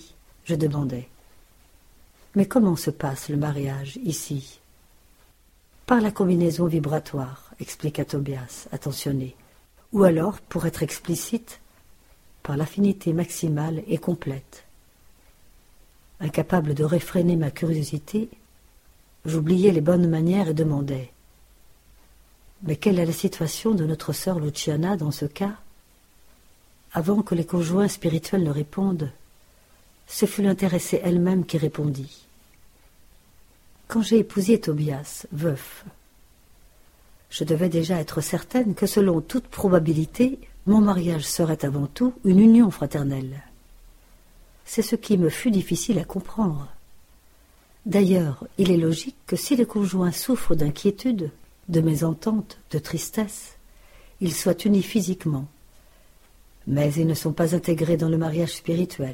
Je demandai. Mais comment se passe le mariage ici? Par la combinaison vibratoire, expliqua Tobias, attentionné. Ou alors, pour être explicite, par l'affinité maximale et complète. Incapable de réfréner ma curiosité, j'oubliais les bonnes manières et demandai. Mais quelle est la situation de notre sœur Luciana dans ce cas? Avant que les conjoints spirituels ne répondent, ce fut l'intéressée elle-même qui répondit. Quand j'ai épousé Tobias, veuf, je devais déjà être certaine que selon toute probabilité, mon mariage serait avant tout une union fraternelle. C'est ce qui me fut difficile à comprendre. D'ailleurs, il est logique que si les conjoints souffrent d'inquiétude, de mésentente, de tristesse, ils soient unis physiquement, mais ils ne sont pas intégrés dans le mariage spirituel.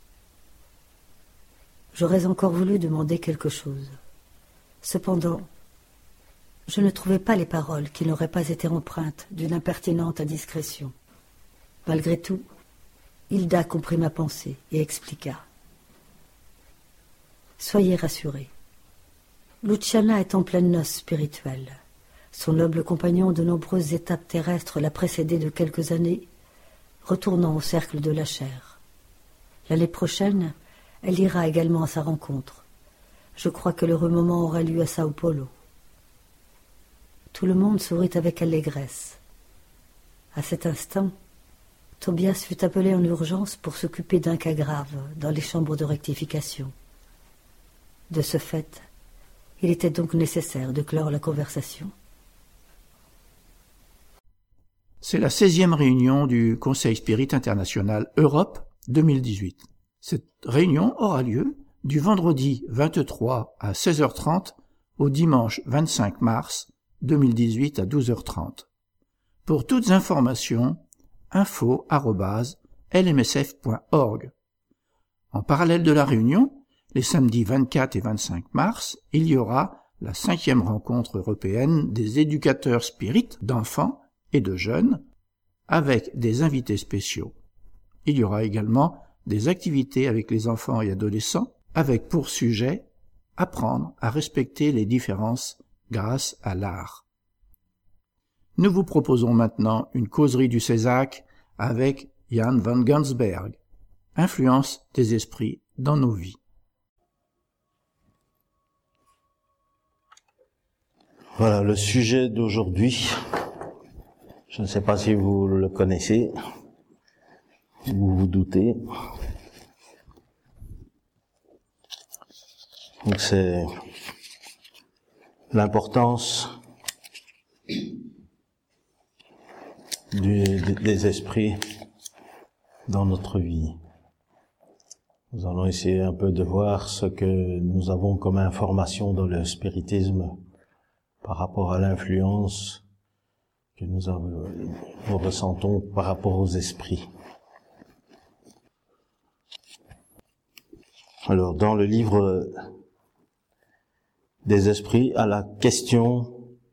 J'aurais encore voulu demander quelque chose. Cependant, je ne trouvais pas les paroles qui n'auraient pas été empreintes d'une impertinente indiscrétion. Malgré tout, Hilda comprit ma pensée et expliqua. Soyez rassurés. Luciana est en pleine noce spirituelle. Son noble compagnon de nombreuses étapes terrestres l'a précédé de quelques années, retournant au cercle de la chair. L'année prochaine, elle ira également à sa rencontre. Je crois que l'heureux moment aura lieu à Sao Paulo. Tout le monde sourit avec allégresse. À cet instant, Tobias fut appelé en urgence pour s'occuper d'un cas grave dans les chambres de rectification. De ce fait, il était donc nécessaire de clore la conversation. C'est la 16e réunion du Conseil Spirit International Europe 2018. Cette réunion aura lieu du vendredi 23 à 16h30 au dimanche 25 mars 2018 à 12h30. Pour toutes informations, info@lmsf.org. En parallèle de la réunion, les samedis 24 et 25 mars, il y aura la 5e rencontre européenne des éducateurs spirites d'enfants et de jeunes, avec des invités spéciaux. Il y aura également des activités avec les enfants et adolescents, avec pour sujet apprendre à respecter les différences grâce à l'art. Nous vous proposons maintenant une causerie du Césac avec Jan van Gansberg, influence des esprits dans nos vies. Voilà le sujet d'aujourd'hui. Je ne sais pas si vous le connaissez, ou vous vous doutez. Donc c'est l'importance des esprits dans notre vie. Nous allons essayer un peu de voir ce que nous avons comme information dans le spiritisme par rapport à l'influence que nous ressentons par rapport aux esprits. Alors, dans le livre des esprits, à la question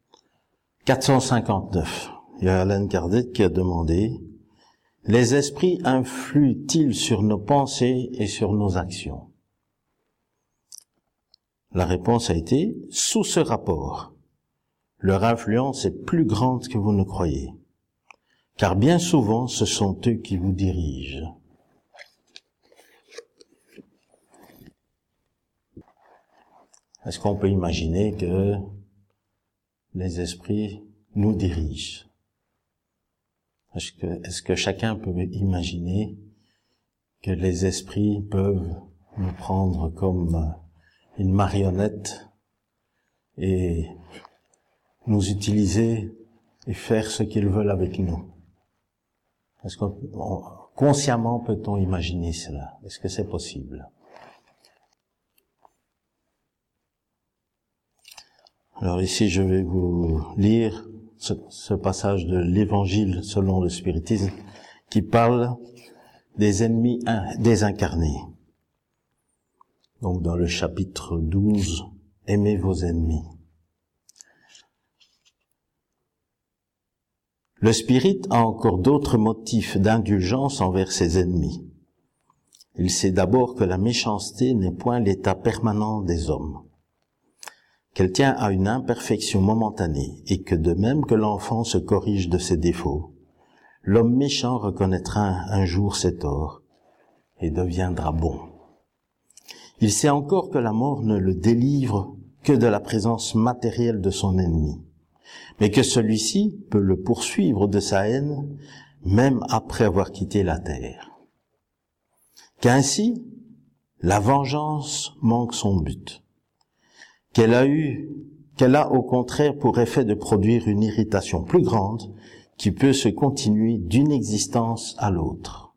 459, il y a Allan Kardec qui a demandé « Les esprits influent-ils sur nos pensées et sur nos actions ?» La réponse a été « Sous ce rapport, leur influence est plus grande que vous ne croyez, car bien souvent ce sont eux qui vous dirigent. » Est-ce qu'on peut imaginer que les esprits nous dirigent? Est-ce que chacun peut imaginer que les esprits peuvent nous prendre comme une marionnette et nous utiliser et faire ce qu'ils veulent avec nous? Est-ce que consciemment peut-on imaginer cela? Est-ce que c'est possible? Alors ici, je vais vous lire ce passage de l'Évangile selon le spiritisme qui parle des ennemis désincarnés. Donc dans le chapitre 12, « Aimez vos ennemis ». Le spirit a encore d'autres motifs d'indulgence envers ses ennemis. il sait d'abord que la méchanceté n'est point l'état permanent des hommes, qu'elle tient à une imperfection momentanée, et que de même que l'enfant se corrige de ses défauts, l'homme méchant reconnaîtra un jour ses torts et deviendra bon. Il sait encore que la mort ne le délivre que de la présence matérielle de son ennemi, mais que celui-ci peut le poursuivre de sa haine même après avoir quitté la terre. Qu'ainsi, la vengeance manque son but, qu'elle a au contraire pour effet de produire une irritation plus grande qui peut se continuer d'une existence à l'autre.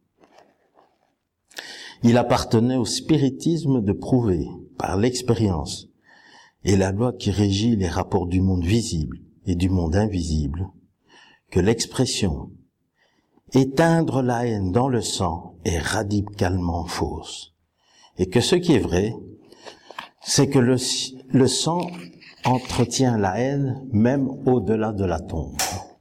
Il appartenait au spiritisme de prouver, par l'expérience et la loi qui régit les rapports du monde visible et du monde invisible, que l'expression « éteindre la haine dans le sang » est radicalement fausse, et que ce qui est vrai, c'est que le sang entretient la haine même au-delà de la tombe.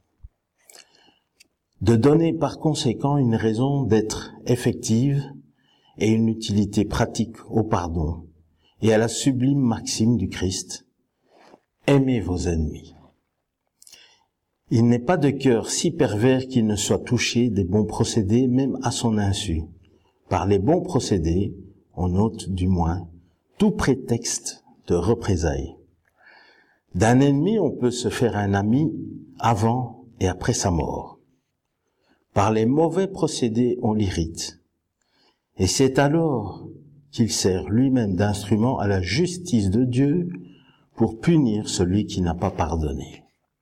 De donner par conséquent une raison d'être effective et une utilité pratique au pardon et à la sublime maxime du Christ, « Aimez vos ennemis ». Il n'est pas de cœur si pervers qu'il ne soit touché des bons procédés, même à son insu. Par les bons procédés, on ôte du moins tout prétexte de représailles. D'un ennemi, on peut se faire un ami avant et après sa mort. Par les mauvais procédés, on l'irrite. Et c'est alors qu'il sert lui-même d'instrument à la justice de Dieu pour punir celui qui n'a pas pardonné.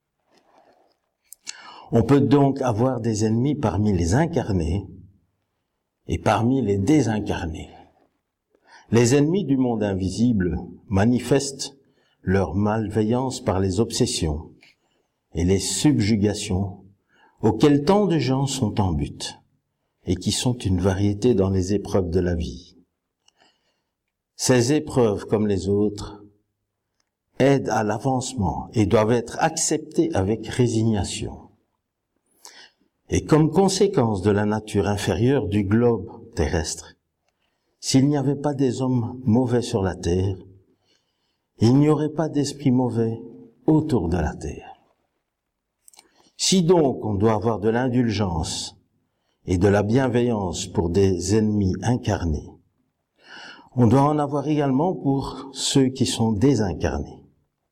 On peut donc avoir des ennemis parmi les incarnés et parmi les désincarnés. Les ennemis du monde invisible manifestent leur malveillance par les obsessions et les subjugations auxquelles tant de gens sont en but et qui sont une variété dans les épreuves de la vie. Ces épreuves, comme les autres, aident à l'avancement et doivent être acceptées avec résignation. Et comme conséquence de la nature inférieure du globe terrestre, s'il n'y avait pas des hommes mauvais sur la terre, il n'y aurait pas d'esprits mauvais autour de la terre. Si donc on doit avoir de l'indulgence et de la bienveillance pour des ennemis incarnés, on doit en avoir également pour ceux qui sont désincarnés.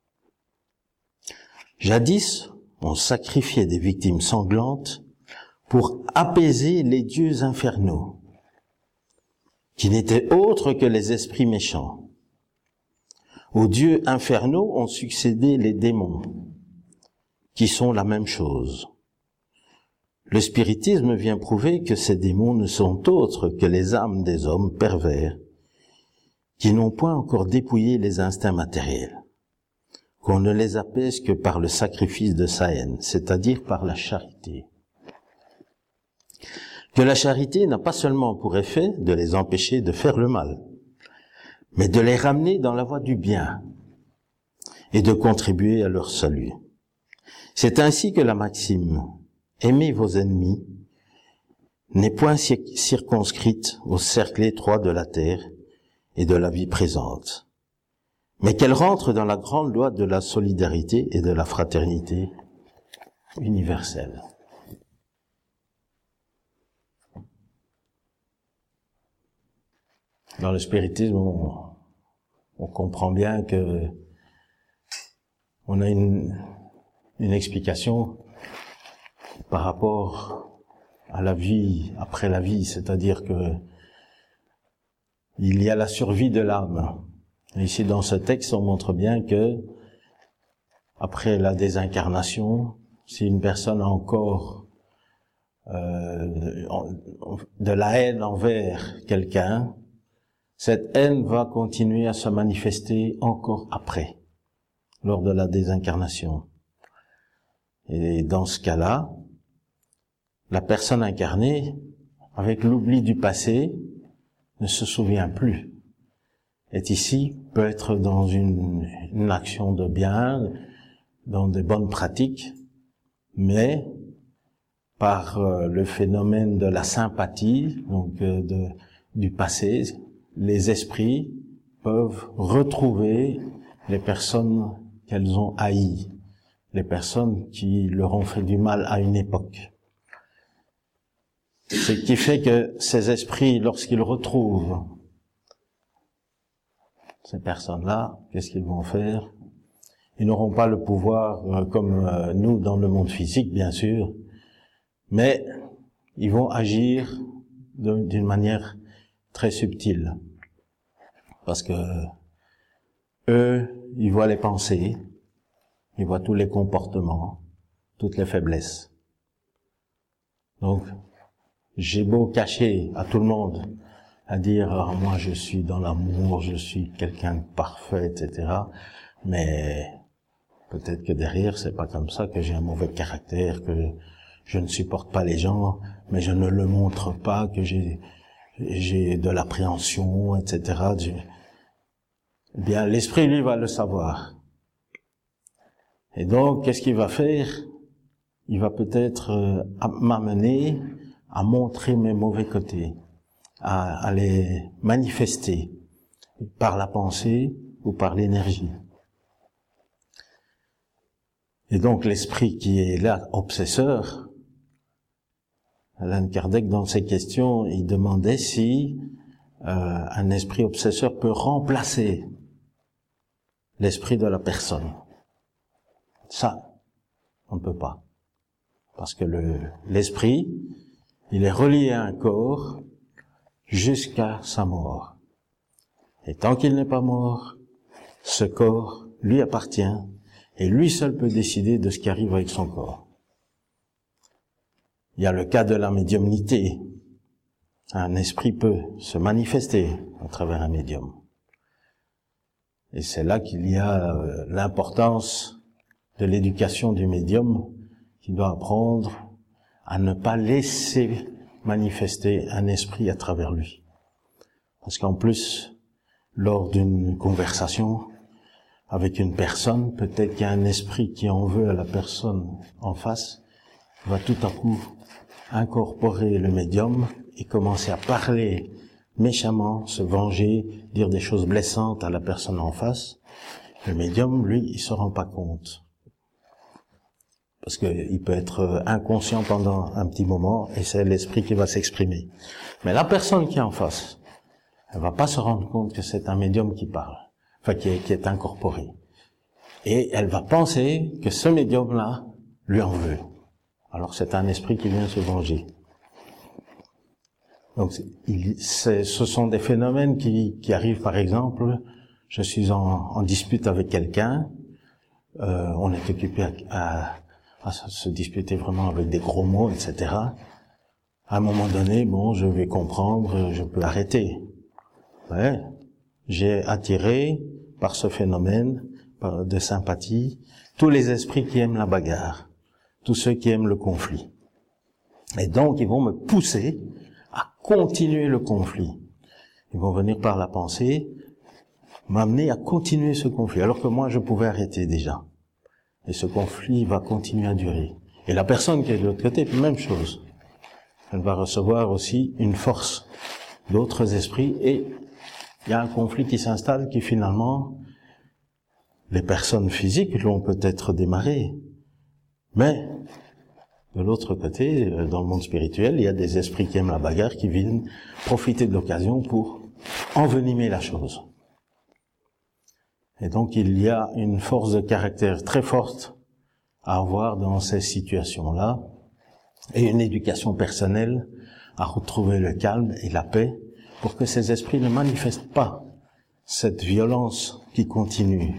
Jadis, on sacrifiait des victimes sanglantes pour apaiser les dieux infernaux, qui n'étaient autres que les esprits méchants. Aux dieux infernaux ont succédé les démons, qui sont la même chose. Le spiritisme vient prouver que ces démons ne sont autres que les âmes des hommes pervers, qui n'ont point encore dépouillé les instincts matériels, qu'on ne les apaise que par le sacrifice de sa haine, c'est-à-dire par la charité. Que la charité n'a pas seulement pour effet de les empêcher de faire le mal, mais de les ramener dans la voie du bien et de contribuer à leur salut. C'est ainsi que la maxime « Aimez vos ennemis » n'est point circonscrite au cercle étroit de la terre et de la vie présente, mais qu'elle rentre dans la grande loi de la solidarité et de la fraternité universelle. Dans le spiritisme, on comprend bien que on a une explication par rapport à la vie après la vie, c'est-à-dire que il y a la survie de l'âme. Et ici, dans ce texte, on montre bien que après la désincarnation, si une personne a encore de la haine envers quelqu'un, cette haine va continuer à se manifester encore après, lors de la désincarnation. Et dans ce cas-là, la personne incarnée, avec l'oubli du passé, ne se souvient plus. Est ici, peut être dans une action de bien, dans des bonnes pratiques, mais par le phénomène de la sympathie, donc du passé, les esprits peuvent retrouver les personnes qu'elles ont haïes, les personnes qui leur ont fait du mal à une époque. Ce qui fait que ces esprits, lorsqu'ils retrouvent ces personnes-là, qu'est-ce qu'ils vont faire? Ils n'auront pas le pouvoir comme nous dans le monde physique, bien sûr, mais ils vont agir d'une manière très subtile. Parce que eux, ils voient les pensées, ils voient tous les comportements, toutes les faiblesses. Donc, j'ai beau cacher à tout le monde, à dire ah, moi je suis dans l'amour, je suis quelqu'un de parfait, etc. Mais peut-être que derrière c'est pas comme ça, que j'ai un mauvais caractère, que je ne supporte pas les gens, mais je ne le montre pas, que j'ai de l'appréhension, etc. Eh bien, l'esprit lui va le savoir. Et donc, qu'est-ce qu'il va faire? Il va peut-être m'amener à montrer mes mauvais côtés, à les manifester par la pensée ou par l'énergie. Et donc l'esprit qui est là, obsesseur, Allan Kardec, dans ses questions, il demandait si un esprit obsesseur peut remplacer l'esprit de la personne. Ça, on ne peut pas. Parce que l'esprit, il est relié à un corps jusqu'à sa mort. Et tant qu'il n'est pas mort, ce corps lui appartient et lui seul peut décider de ce qui arrive avec son corps. Il y a le cas de la médiumnité. Un esprit peut se manifester à travers un médium. Et c'est là qu'il y a l'importance de l'éducation du médium qui doit apprendre à ne pas laisser manifester un esprit à travers lui. Parce qu'en plus, lors d'une conversation avec une personne, peut-être qu'il y a un esprit qui en veut à la personne en face, va tout à coup incorporer le médium et commencer à parler méchamment, se venger, dire des choses blessantes à la personne en face. Le médium, lui, il se rend pas compte. Parce qu'il peut être inconscient pendant un petit moment et c'est l'esprit qui va s'exprimer. Mais la personne qui est en face, elle va pas se rendre compte que c'est un médium qui parle, enfin qui est incorporé. Et elle va penser que ce médium-là lui en veut. Alors c'est un esprit qui vient se venger. Donc ce sont des phénomènes qui arrivent, par exemple, je suis en dispute avec quelqu'un, on est occupé à se disputer vraiment avec des gros mots, etc. À un moment donné, bon, je vais comprendre, je peux arrêter. Ouais, j'ai attiré par ce phénomène de sympathie tous les esprits qui aiment la bagarre, tous ceux qui aiment le conflit. Et donc, ils vont me pousser à continuer le conflit. Ils vont venir par la pensée, m'amener à continuer ce conflit, alors que moi, je pouvais arrêter déjà. Et ce conflit va continuer à durer. Et la personne qui est de l'autre côté, même chose. Elle va recevoir aussi une force d'autres esprits et il y a un conflit qui s'installe qui finalement, les personnes physiques l'ont peut-être démarré. Mais, de l'autre côté, dans le monde spirituel, il y a des esprits qui aiment la bagarre, qui viennent profiter de l'occasion pour envenimer la chose. Et donc, il y a une force de caractère très forte à avoir dans ces situations-là, et une éducation personnelle à retrouver le calme et la paix pour que ces esprits ne manifestent pas cette violence qui continue.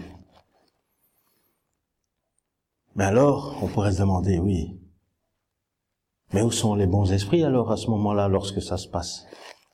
Mais alors, on pourrait se demander, oui, mais où sont les bons esprits alors à ce moment-là, lorsque ça se passe?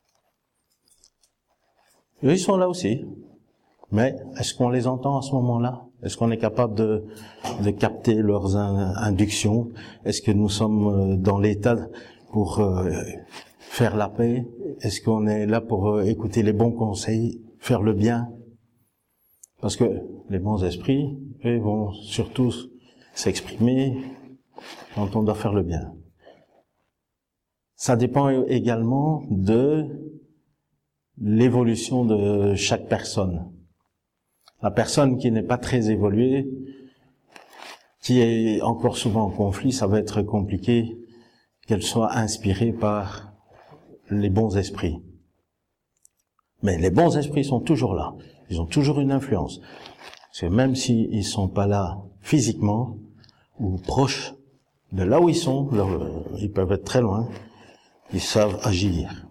Eux, ils sont là aussi. Mais est-ce qu'on les entend à ce moment-là? Est-ce qu'on est capable de capter leurs inductions? Est-ce que nous sommes dans l'état pour faire la paix? Est-ce qu'on est là pour écouter les bons conseils, faire le bien? Parce que les bons esprits, eux, vont surtout s'exprimer quand on doit faire le bien. Ça dépend également de l'évolution de chaque personne. La personne qui n'est pas très évoluée, qui est encore souvent en conflit, ça va être compliqué qu'elle soit inspirée par les bons esprits. Mais les bons esprits sont toujours là. Ils ont toujours une influence. Parce que même s'ils sont pas là physiquement ou proches de là où ils sont, ils peuvent être très loin, ils savent agir.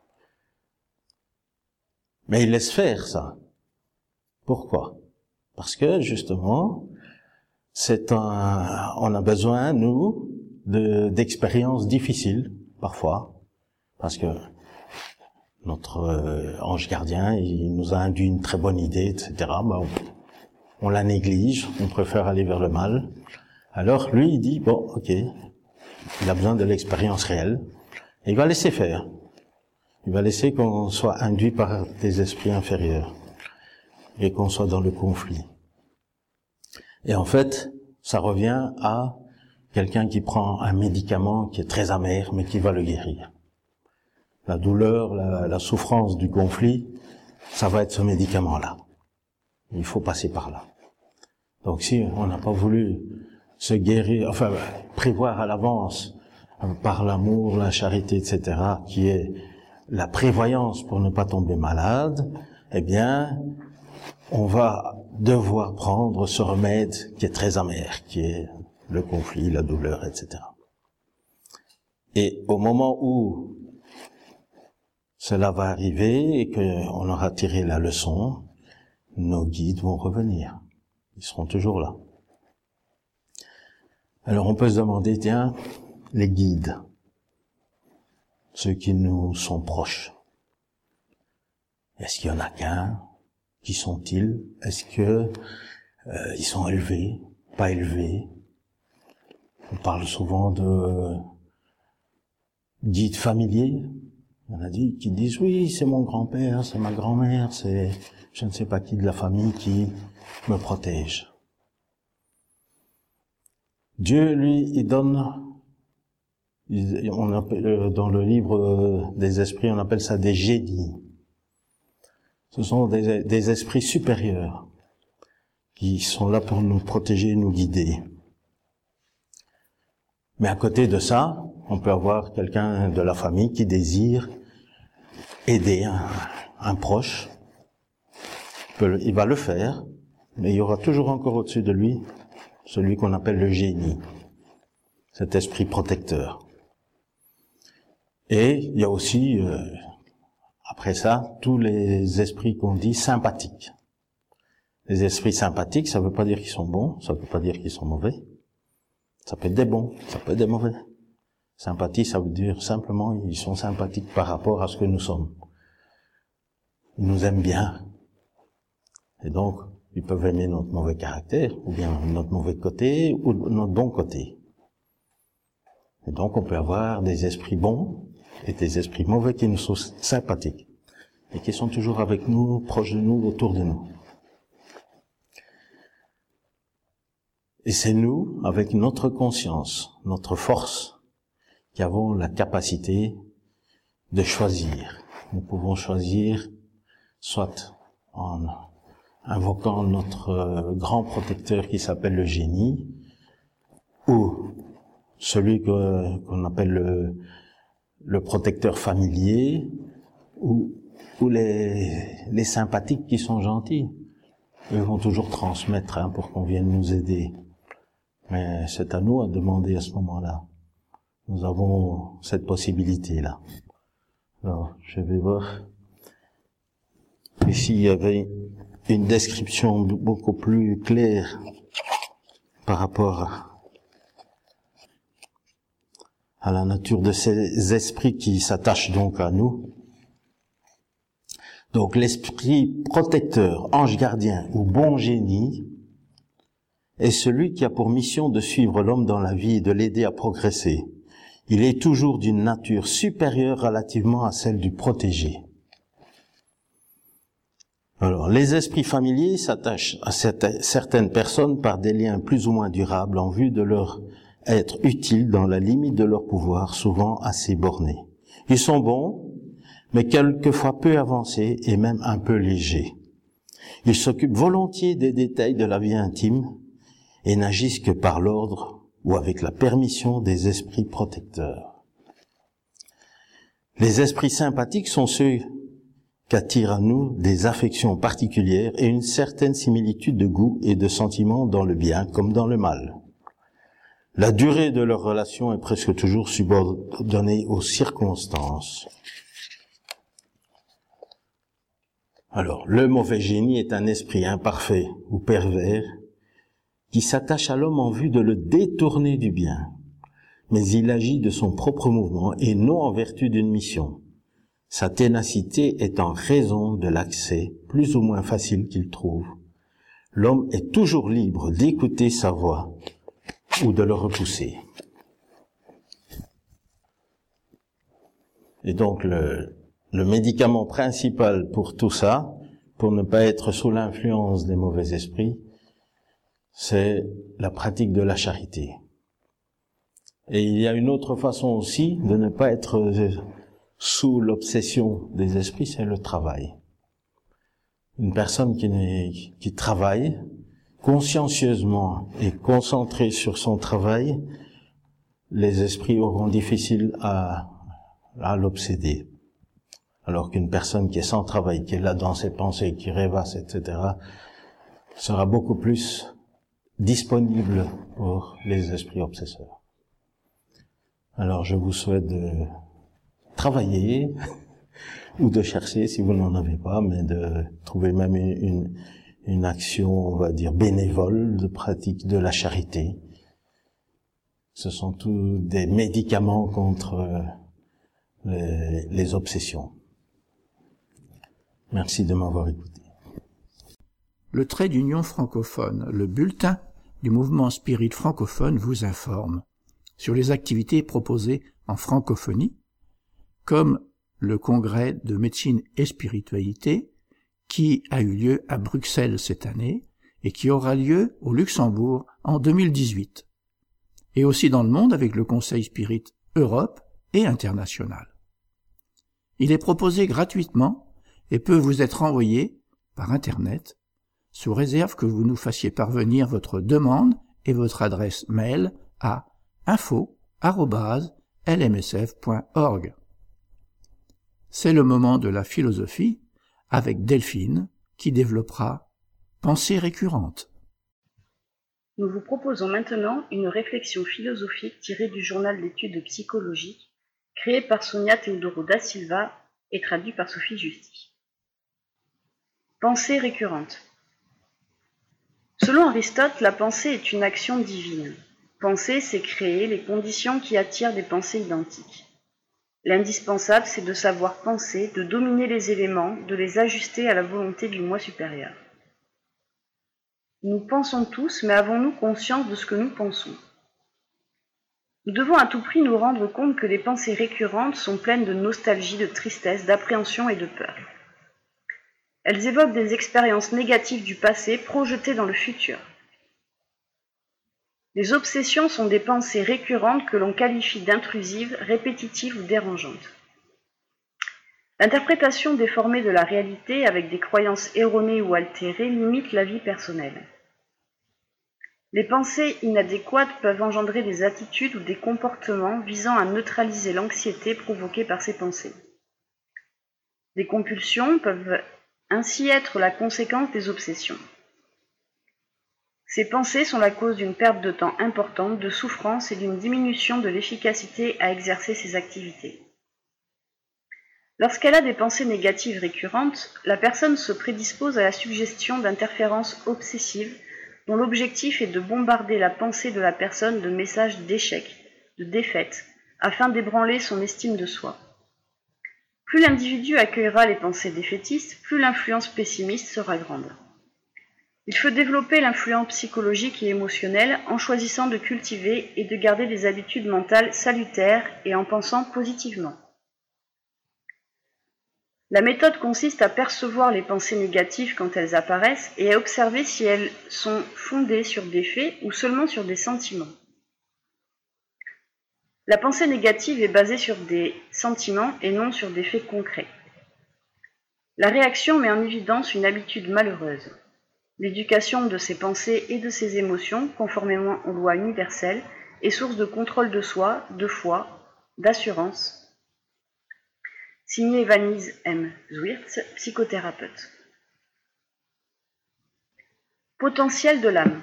Mais ils laissent faire ça. Pourquoi? Parce que justement, on a besoin, nous, d'expériences difficiles, parfois, parce que notre ange gardien, il nous a induit une très bonne idée, etc. On la néglige, on préfère aller vers le mal. Alors lui, il dit, bon, ok, il a besoin de l'expérience réelle, et il va laisser faire. Il va laisser qu'on soit induit par des esprits inférieurs, et qu'on soit dans le conflit. Et en fait, ça revient à quelqu'un qui prend un médicament qui est très amer, mais qui va le guérir. La douleur, la souffrance du conflit, ça va être ce médicament-là. Il faut passer par là. Donc si on n'a pas voulu se guérir, enfin prévoir à l'avance par l'amour, la charité, etc., qui est la prévoyance pour ne pas tomber malade, eh bien, on va devoir prendre ce remède qui est très amer, qui est le conflit, la douleur, etc. Et au moment où cela va arriver et qu'on aura tiré la leçon, nos guides vont revenir. Ils seront toujours là. Alors on peut se demander, tiens, les guides, ceux qui nous sont proches, est-ce qu'il y en a qu'un? Qui sont-ils? Est-ce que ils sont élevés, pas élevés? On parle souvent de guides familiers. Il y en a qui disent oui, c'est mon grand-père, c'est ma grand-mère, c'est je ne sais pas qui de la famille qui me protège. Dieu, lui, il donne, on appelle, dans le livre des esprits, on appelle ça des génies. Ce sont des esprits supérieurs qui sont là pour nous protéger, nous guider. Mais à côté de ça, on peut avoir quelqu'un de la famille qui désire aider un proche. Il va le faire, mais il y aura toujours encore au-dessus de lui celui qu'on appelle le génie, cet esprit protecteur. Et il y a aussi, après ça, tous les esprits qu'on dit sympathiques. Les esprits sympathiques, ça ne veut pas dire qu'ils sont bons, ça ne veut pas dire qu'ils sont mauvais. Ça peut être des bons, ça peut être des mauvais. Sympathie, ça veut dire simplement ils sont sympathiques par rapport à ce que nous sommes. Ils nous aiment bien. Et donc, ils peuvent aimer notre mauvais caractère, ou bien notre mauvais côté, ou notre bon côté. Et donc, on peut avoir des esprits bons et des esprits mauvais qui nous sont sympathiques. Et qui sont toujours avec nous, proches de nous, autour de nous. Et c'est nous, avec notre conscience, notre force, qui avons la capacité de choisir. Nous pouvons choisir soit en invoquant notre grand protecteur qui s'appelle le génie, ou celui qu'on appelle le protecteur familier, ou les sympathiques qui sont gentils. Eux vont toujours transmettre pour qu'on vienne nous aider. Mais c'est à nous à demander à ce moment-là. Nous avons cette possibilité-là. Alors, je vais voir. Ici, il y avait une description beaucoup plus claire par rapport à la nature de ces esprits qui s'attachent donc à nous. Donc, l'esprit protecteur, ange gardien ou bon génie est celui qui a pour mission de suivre l'homme dans la vie et de l'aider à progresser. Il est toujours d'une nature supérieure relativement à celle du protégé. Alors, les esprits familiers s'attachent à certaines personnes par des liens plus ou moins durables en vue de leur être utiles dans la limite de leur pouvoir, souvent assez borné. Ils sont bons, mais quelquefois peu avancés et même un peu légers. Ils s'occupent volontiers des détails de la vie intime et n'agissent que par l'ordre ou avec la permission des esprits protecteurs. Les esprits sympathiques sont ceux qu'attirent à nous des affections particulières et une certaine similitude de goût et de sentiments dans le bien comme dans le mal. La durée de leur relation est presque toujours subordonnée aux circonstances. Alors, le mauvais génie est un esprit imparfait ou pervers qui s'attache à l'homme en vue de le détourner du bien, mais il agit de son propre mouvement et non en vertu d'une mission. Sa ténacité est en raison de l'accès plus ou moins facile qu'il trouve. L'homme est toujours libre d'écouter sa voix ou de le repousser. Et donc le médicament principal pour tout ça, pour ne pas être sous l'influence des mauvais esprits, c'est la pratique de la charité. Et il y a une autre façon aussi de ne pas être sous l'obsession des esprits, c'est le travail. Une personne qui travaille consciencieusement et concentrée sur son travail, les esprits auront difficile à l'obséder. Alors qu'une personne qui est sans travail, qui est là dans ses pensées, qui rêvasse, etc., sera beaucoup plus disponible pour les esprits obsesseurs. Alors je vous souhaite de travailler ou de chercher, si vous n'en avez pas, mais de trouver même une action, on va dire, bénévole de pratique de la charité. Ce sont tous des médicaments contre les obsessions. Merci de m'avoir écouté. Le Trait d'Union francophone, le bulletin du mouvement Spirit francophone, vous informe sur les activités proposées en francophonie, comme le congrès de médecine et spiritualité qui a eu lieu à Bruxelles cette année et qui aura lieu au Luxembourg en 2018, et aussi dans le monde avec le Conseil Spirit Europe et International. Il est proposé gratuitement et peut vous être envoyé par Internet, sous réserve que vous nous fassiez parvenir votre demande et votre adresse mail à info@lmsf.org. C'est le moment de la philosophie avec Delphine qui développera Pensée récurrente. Nous vous proposons maintenant une réflexion philosophique tirée du journal d'études psychologiques créé par Sonia Teodoro da Silva et traduit par Sophie Justy. Pensée récurrente. Selon Aristote, la pensée est une action divine. Penser, c'est créer les conditions qui attirent des pensées identiques. L'indispensable, c'est de savoir penser, de dominer les éléments, de les ajuster à la volonté du moi supérieur. Nous pensons tous, mais avons-nous conscience de ce que nous pensons ? Nous devons à tout prix nous rendre compte que les pensées récurrentes sont pleines de nostalgie, de tristesse, d'appréhension et de peur. Elles évoquent des expériences négatives du passé projetées dans le futur. Les obsessions sont des pensées récurrentes que l'on qualifie d'intrusives, répétitives ou dérangeantes. L'interprétation déformée de la réalité avec des croyances erronées ou altérées limite la vie personnelle. Les pensées inadéquates peuvent engendrer des attitudes ou des comportements visant à neutraliser l'anxiété provoquée par ces pensées. Des compulsions peuvent ainsi être la conséquence des obsessions. Ces pensées sont la cause d'une perte de temps importante, de souffrance et d'une diminution de l'efficacité à exercer ses activités. Lorsqu'elle a des pensées négatives récurrentes, la personne se prédispose à la suggestion d'interférences obsessives dont l'objectif est de bombarder la pensée de la personne de messages d'échec, de défaite, afin d'ébranler son estime de soi. Plus l'individu accueillera les pensées défaitistes, plus l'influence pessimiste sera grande. Il faut développer l'influence psychologique et émotionnelle en choisissant de cultiver et de garder des habitudes mentales salutaires et en pensant positivement. La méthode consiste à percevoir les pensées négatives quand elles apparaissent et à observer si elles sont fondées sur des faits ou seulement sur des sentiments. La pensée négative est basée sur des sentiments et non sur des faits concrets. La réaction met en évidence une habitude malheureuse. L'éducation de ses pensées et de ses émotions, conformément aux lois universelles, est source de contrôle de soi, de foi, d'assurance. Signé Vanise M. Zwirtz, psychothérapeute. Potentiel de l'âme.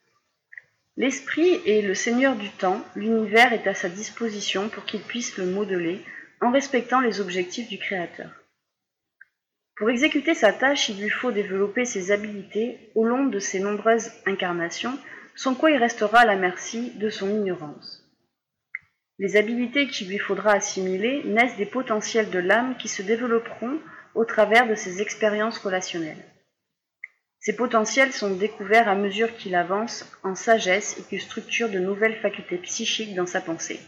L'esprit est le seigneur du temps, l'univers est à sa disposition pour qu'il puisse le modeler en respectant les objectifs du Créateur. Pour exécuter sa tâche, il lui faut développer ses habiletés au long de ses nombreuses incarnations, sans quoi il restera à la merci de son ignorance. Les habiletés qu'il lui faudra assimiler naissent des potentiels de l'âme qui se développeront au travers de ses expériences relationnelles. Ces potentiels sont découverts à mesure qu'il avance en sagesse et qu'il structure de nouvelles facultés psychiques dans sa pensée.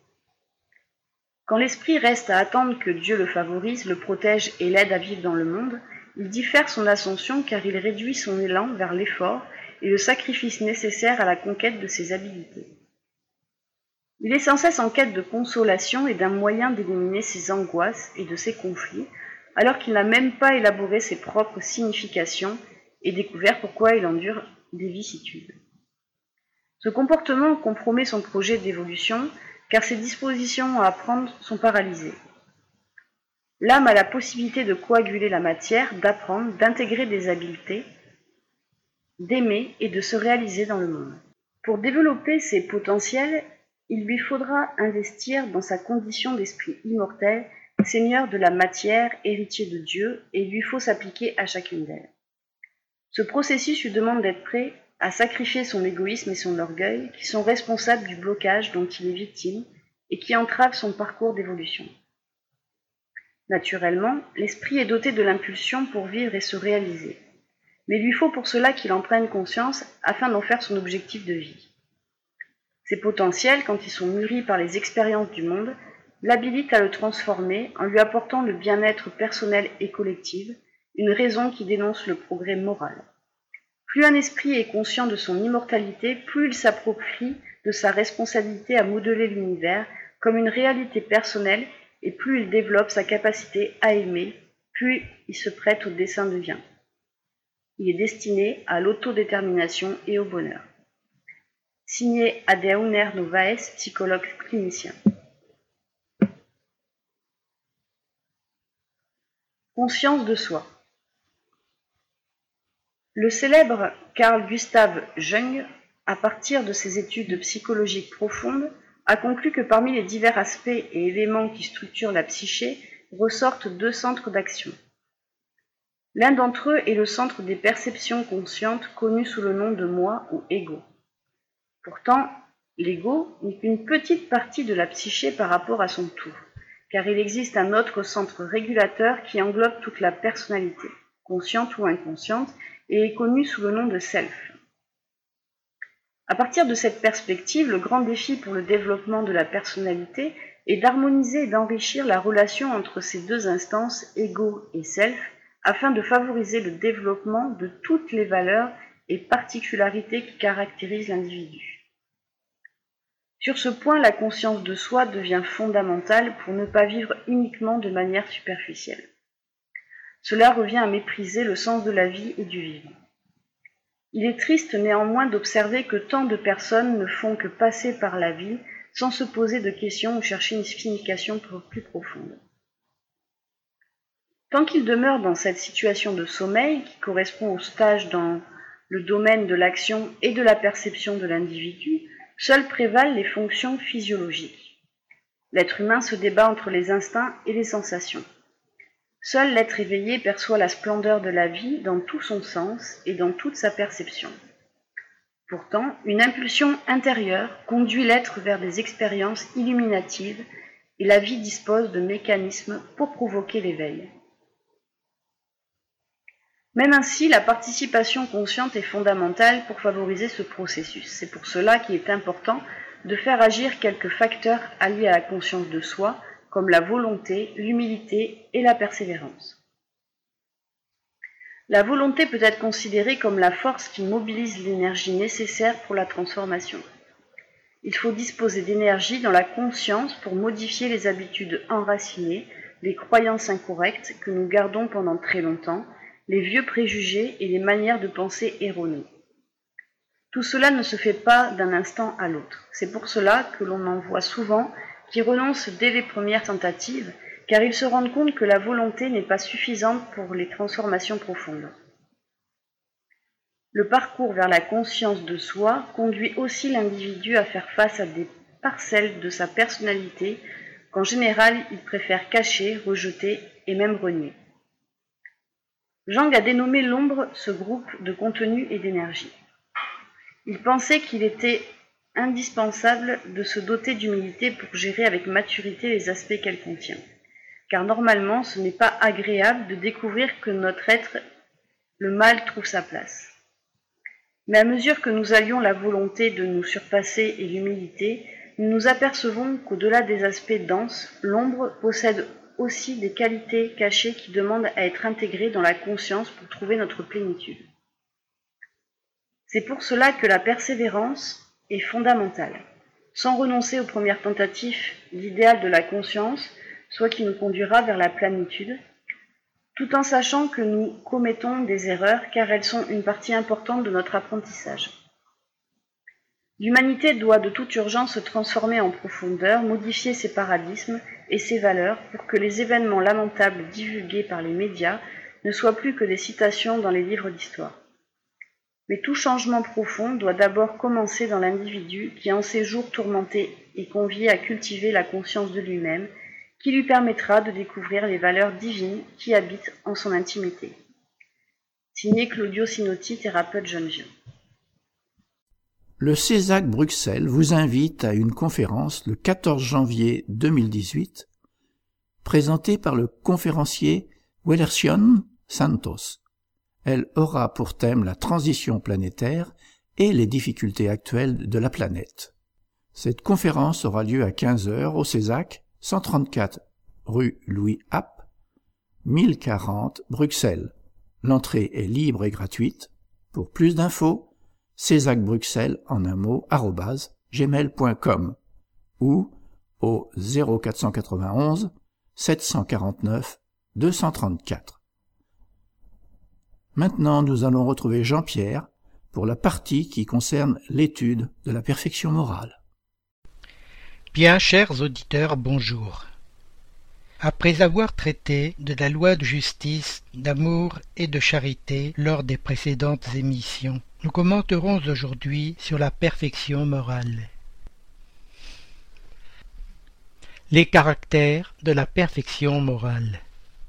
Quand l'esprit reste à attendre que Dieu le favorise, le protège et l'aide à vivre dans le monde, il diffère son ascension car il réduit son élan vers l'effort et le sacrifice nécessaire à la conquête de ses habiletés. Il est sans cesse en quête de consolation et d'un moyen d'éliminer ses angoisses et de ses conflits, alors qu'il n'a même pas élaboré ses propres significations et découvert pourquoi il endure des vicissitudes. Ce comportement compromet son projet d'évolution, car ses dispositions à apprendre sont paralysées. L'âme a la possibilité de coaguler la matière, d'apprendre, d'intégrer des habiletés, d'aimer et de se réaliser dans le monde. Pour développer ses potentiels, il lui faudra investir dans sa condition d'esprit immortel, seigneur de la matière, héritier de Dieu, et il lui faut s'appliquer à chacune d'elles. Ce processus lui demande d'être prêt à sacrifier son égoïsme et son orgueil, qui sont responsables du blocage dont il est victime et qui entravent son parcours d'évolution. Naturellement, l'esprit est doté de l'impulsion pour vivre et se réaliser, mais il lui faut pour cela qu'il en prenne conscience afin d'en faire son objectif de vie. Ces potentiels, quand ils sont mûris par les expériences du monde, l'habilitent à le transformer en lui apportant le bien-être personnel et collectif, une raison qui dénonce le progrès moral. Plus un esprit est conscient de son immortalité, plus il s'approprie de sa responsabilité à modeler l'univers comme une réalité personnelle et plus il développe sa capacité à aimer, plus il se prête au dessein divin. Il est destiné à l'autodétermination et au bonheur. Signé Adeuner Novaes, psychologue clinicien. Conscience de soi. Le célèbre Carl Gustav Jung, à partir de ses études psychologiques profondes, a conclu que parmi les divers aspects et éléments qui structurent la psyché ressortent deux centres d'action. L'un d'entre eux est le centre des perceptions conscientes connu sous le nom de moi ou ego. Pourtant, l'ego n'est qu'une petite partie de la psyché par rapport à son tout, car il existe un autre centre régulateur qui englobe toute la personnalité, consciente ou inconsciente, et est connu sous le nom de self. À partir de cette perspective, le grand défi pour le développement de la personnalité est d'harmoniser et d'enrichir la relation entre ces deux instances, ego et self, afin de favoriser le développement de toutes les valeurs et particularités qui caractérisent l'individu. Sur ce point, la conscience de soi devient fondamentale pour ne pas vivre uniquement de manière superficielle. Cela revient à mépriser le sens de la vie et du vivre. Il est triste néanmoins d'observer que tant de personnes ne font que passer par la vie sans se poser de questions ou chercher une signification plus profonde. Tant qu'ils demeurent dans cette situation de sommeil, qui correspond au stage dans le domaine de l'action et de la perception de l'individu, seules prévalent les fonctions physiologiques. L'être humain se débat entre les instincts et les sensations. Seul l'être éveillé perçoit la splendeur de la vie dans tout son sens et dans toute sa perception. Pourtant, une impulsion intérieure conduit l'être vers des expériences illuminatives et la vie dispose de mécanismes pour provoquer l'éveil. Même ainsi, la participation consciente est fondamentale pour favoriser ce processus. C'est pour cela qu'il est important de faire agir quelques facteurs alliés à la conscience de soi, comme la volonté, l'humilité et la persévérance. La volonté peut être considérée comme la force qui mobilise l'énergie nécessaire pour la transformation. Il faut disposer d'énergie dans la conscience pour modifier les habitudes enracinées, les croyances incorrectes que nous gardons pendant très longtemps, les vieux préjugés et les manières de penser erronées. Tout cela ne se fait pas d'un instant à l'autre. C'est pour cela que l'on en voit souvent qui renoncent dès les premières tentatives, car ils se rendent compte que la volonté n'est pas suffisante pour les transformations profondes. Le parcours vers la conscience de soi conduit aussi l'individu à faire face à des parcelles de sa personnalité qu'en général il préfère cacher, rejeter et même renier. Jung a dénommé l'ombre ce groupe de contenu et d'énergie. Il pensait qu'il était indispensable de se doter d'humilité pour gérer avec maturité les aspects qu'elle contient. Car normalement, ce n'est pas agréable de découvrir que notre être, le mal, trouve sa place. Mais à mesure que nous allions la volonté de nous surpasser et l'humilité, nous nous apercevons qu'au-delà des aspects denses, l'ombre possède aussi des qualités cachées qui demandent à être intégrées dans la conscience pour trouver notre plénitude. C'est pour cela que la persévérance est fondamentale. Sans renoncer aux premières tentatives, l'idéal de la conscience, soit qui nous conduira vers la plénitude, tout en sachant que nous commettons des erreurs car elles sont une partie importante de notre apprentissage. L'humanité doit de toute urgence se transformer en profondeur, modifier ses paradigmes et ses valeurs pour que les événements lamentables divulgués par les médias ne soient plus que des citations dans les livres d'histoire. Mais tout changement profond doit d'abord commencer dans l'individu qui, en ces jours tourmentés, est convié à cultiver la conscience de lui-même, qui lui permettra de découvrir les valeurs divines qui habitent en son intimité. Signé Claudio Sinotti, thérapeute jeune vieux. Le CESAC Bruxelles vous invite à une conférence le 14 janvier 2018, présentée par le conférencier Wellersion Santos. Elle aura pour thème la transition planétaire et les difficultés actuelles de la planète. Cette conférence aura lieu à 15h au CESAC, 134 rue Louis App, 1040 Bruxelles. L'entrée est libre et gratuite. Pour plus d'infos, CESACBruxelles en un mot @gmail.com ou au 0491 749 234. Maintenant, nous allons retrouver Jean-Pierre pour la partie qui concerne l'étude de la perfection morale. Bien, chers auditeurs, bonjour. Après avoir traité de la loi de justice, d'amour et de charité lors des précédentes émissions, nous commenterons aujourd'hui sur la perfection morale. Les caractères de la perfection morale.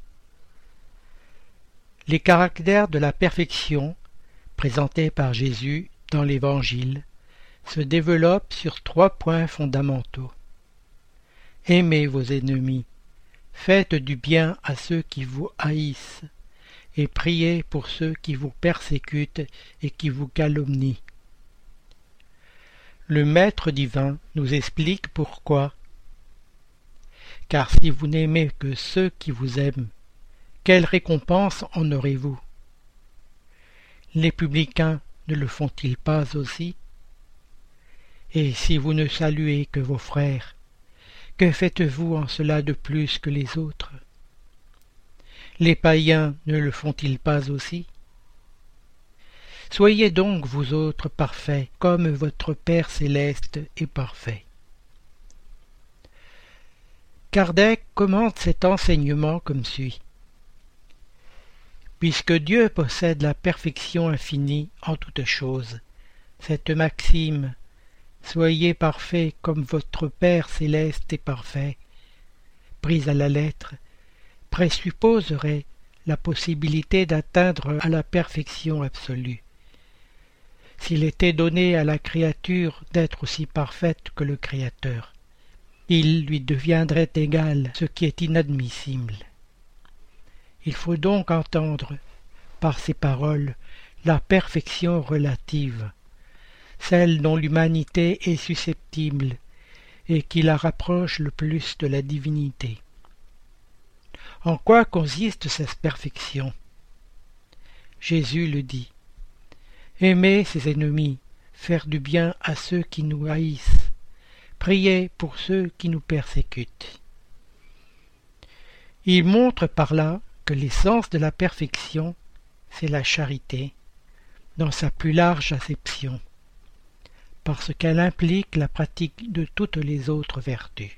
Les caractères de la perfection, présentés par Jésus dans l'Évangile, se développent sur 3 points fondamentaux. Aimez vos ennemis, faites du bien à ceux qui vous haïssent, et priez pour ceux qui vous persécutent et qui vous calomnient. Le Maître divin nous explique pourquoi. Car si vous n'aimez que ceux qui vous aiment, quelle récompense en aurez-vous? Les publicains ne le font-ils pas aussi? Et si vous ne saluez que vos frères, que faites-vous en cela de plus que les autres? Les païens ne le font-ils pas aussi? Soyez donc vous autres parfaits, comme votre Père céleste est parfait. Kardec commente cet enseignement comme suit. Puisque Dieu possède la perfection infinie en toutes choses, cette maxime « Soyez parfaits comme votre Père céleste est parfait », prise à la lettre, présupposerait la possibilité d'atteindre à la perfection absolue. S'il était donné à la créature d'être aussi parfaite que le Créateur, il lui deviendrait égal, ce qui est inadmissible. Il faut donc entendre, par ces paroles, la perfection relative, celle dont l'humanité est susceptible et qui la rapproche le plus de la divinité. En quoi consiste cette perfection? Jésus le dit. Aimer ses ennemis, faire du bien à ceux qui nous haïssent, prier pour ceux qui nous persécutent. Il montre par là que l'essence de la perfection, c'est la charité, dans sa plus large acception, parce qu'elle implique la pratique de toutes les autres vertus.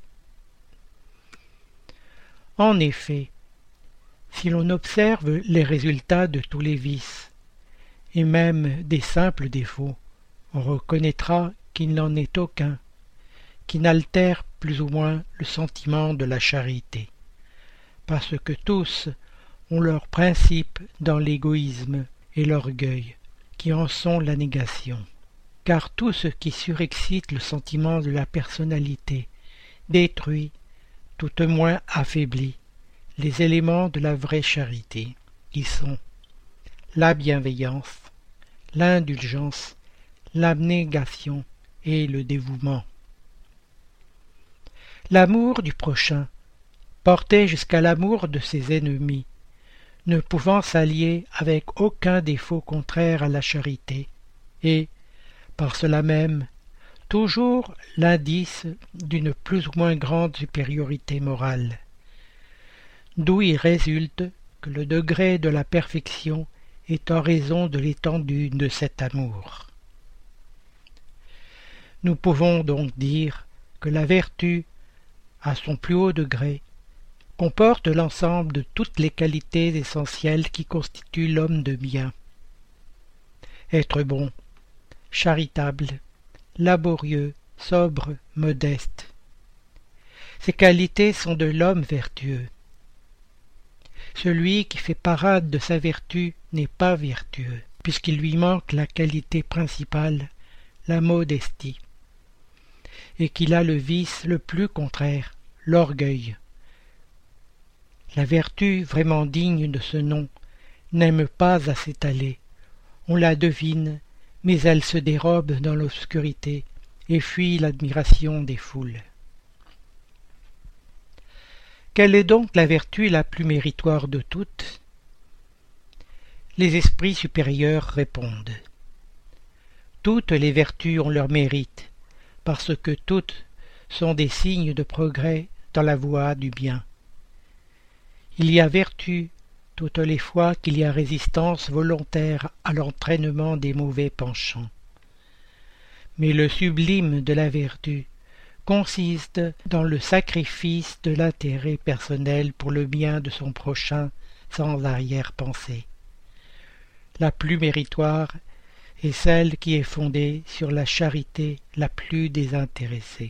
En effet, si l'on observe les résultats de tous les vices, et même des simples défauts, on reconnaîtra qu'il n'en est aucun qui n'altère plus ou moins le sentiment de la charité, parce que tous ont leur principe dans l'égoïsme et l'orgueil, qui en sont la négation. Car tout ce qui surexcite le sentiment de la personnalité détruit, tout au moins affaiblit, les éléments de la vraie charité, qui sont la bienveillance, l'indulgence, l'abnégation et le dévouement. L'amour du prochain, porté jusqu'à l'amour de ses ennemis, ne pouvant s'allier avec aucun défaut contraire à la charité, et, par cela même, toujours l'indice d'une plus ou moins grande supériorité morale, d'où il résulte que le degré de la perfection est en raison de l'étendue de cet amour. Nous pouvons donc dire que la vertu, à son plus haut degré, comporte l'ensemble de toutes les qualités essentielles qui constituent l'homme de bien. Être bon, charitable, laborieux, sobre, modeste. Ces qualités sont de l'homme vertueux. Celui qui fait parade de sa vertu n'est pas vertueux, puisqu'il lui manque la qualité principale, la modestie, et qu'il a le vice le plus contraire, l'orgueil. La vertu vraiment digne de ce nom n'aime pas à s'étaler. On la devine, mais elle se dérobe dans l'obscurité et fuit l'admiration des foules. Quelle est donc la vertu la plus méritoire de toutes? Les esprits supérieurs répondent. Toutes les vertus ont leur mérite, parce que toutes sont des signes de progrès dans la voie du bien. Il y a vertu toutes les fois qu'il y a résistance volontaire à l'entraînement des mauvais penchants. Mais le sublime de la vertu consiste dans le sacrifice de l'intérêt personnel pour le bien de son prochain sans arrière-pensée. La plus méritoire est celle qui est fondée sur la charité la plus désintéressée.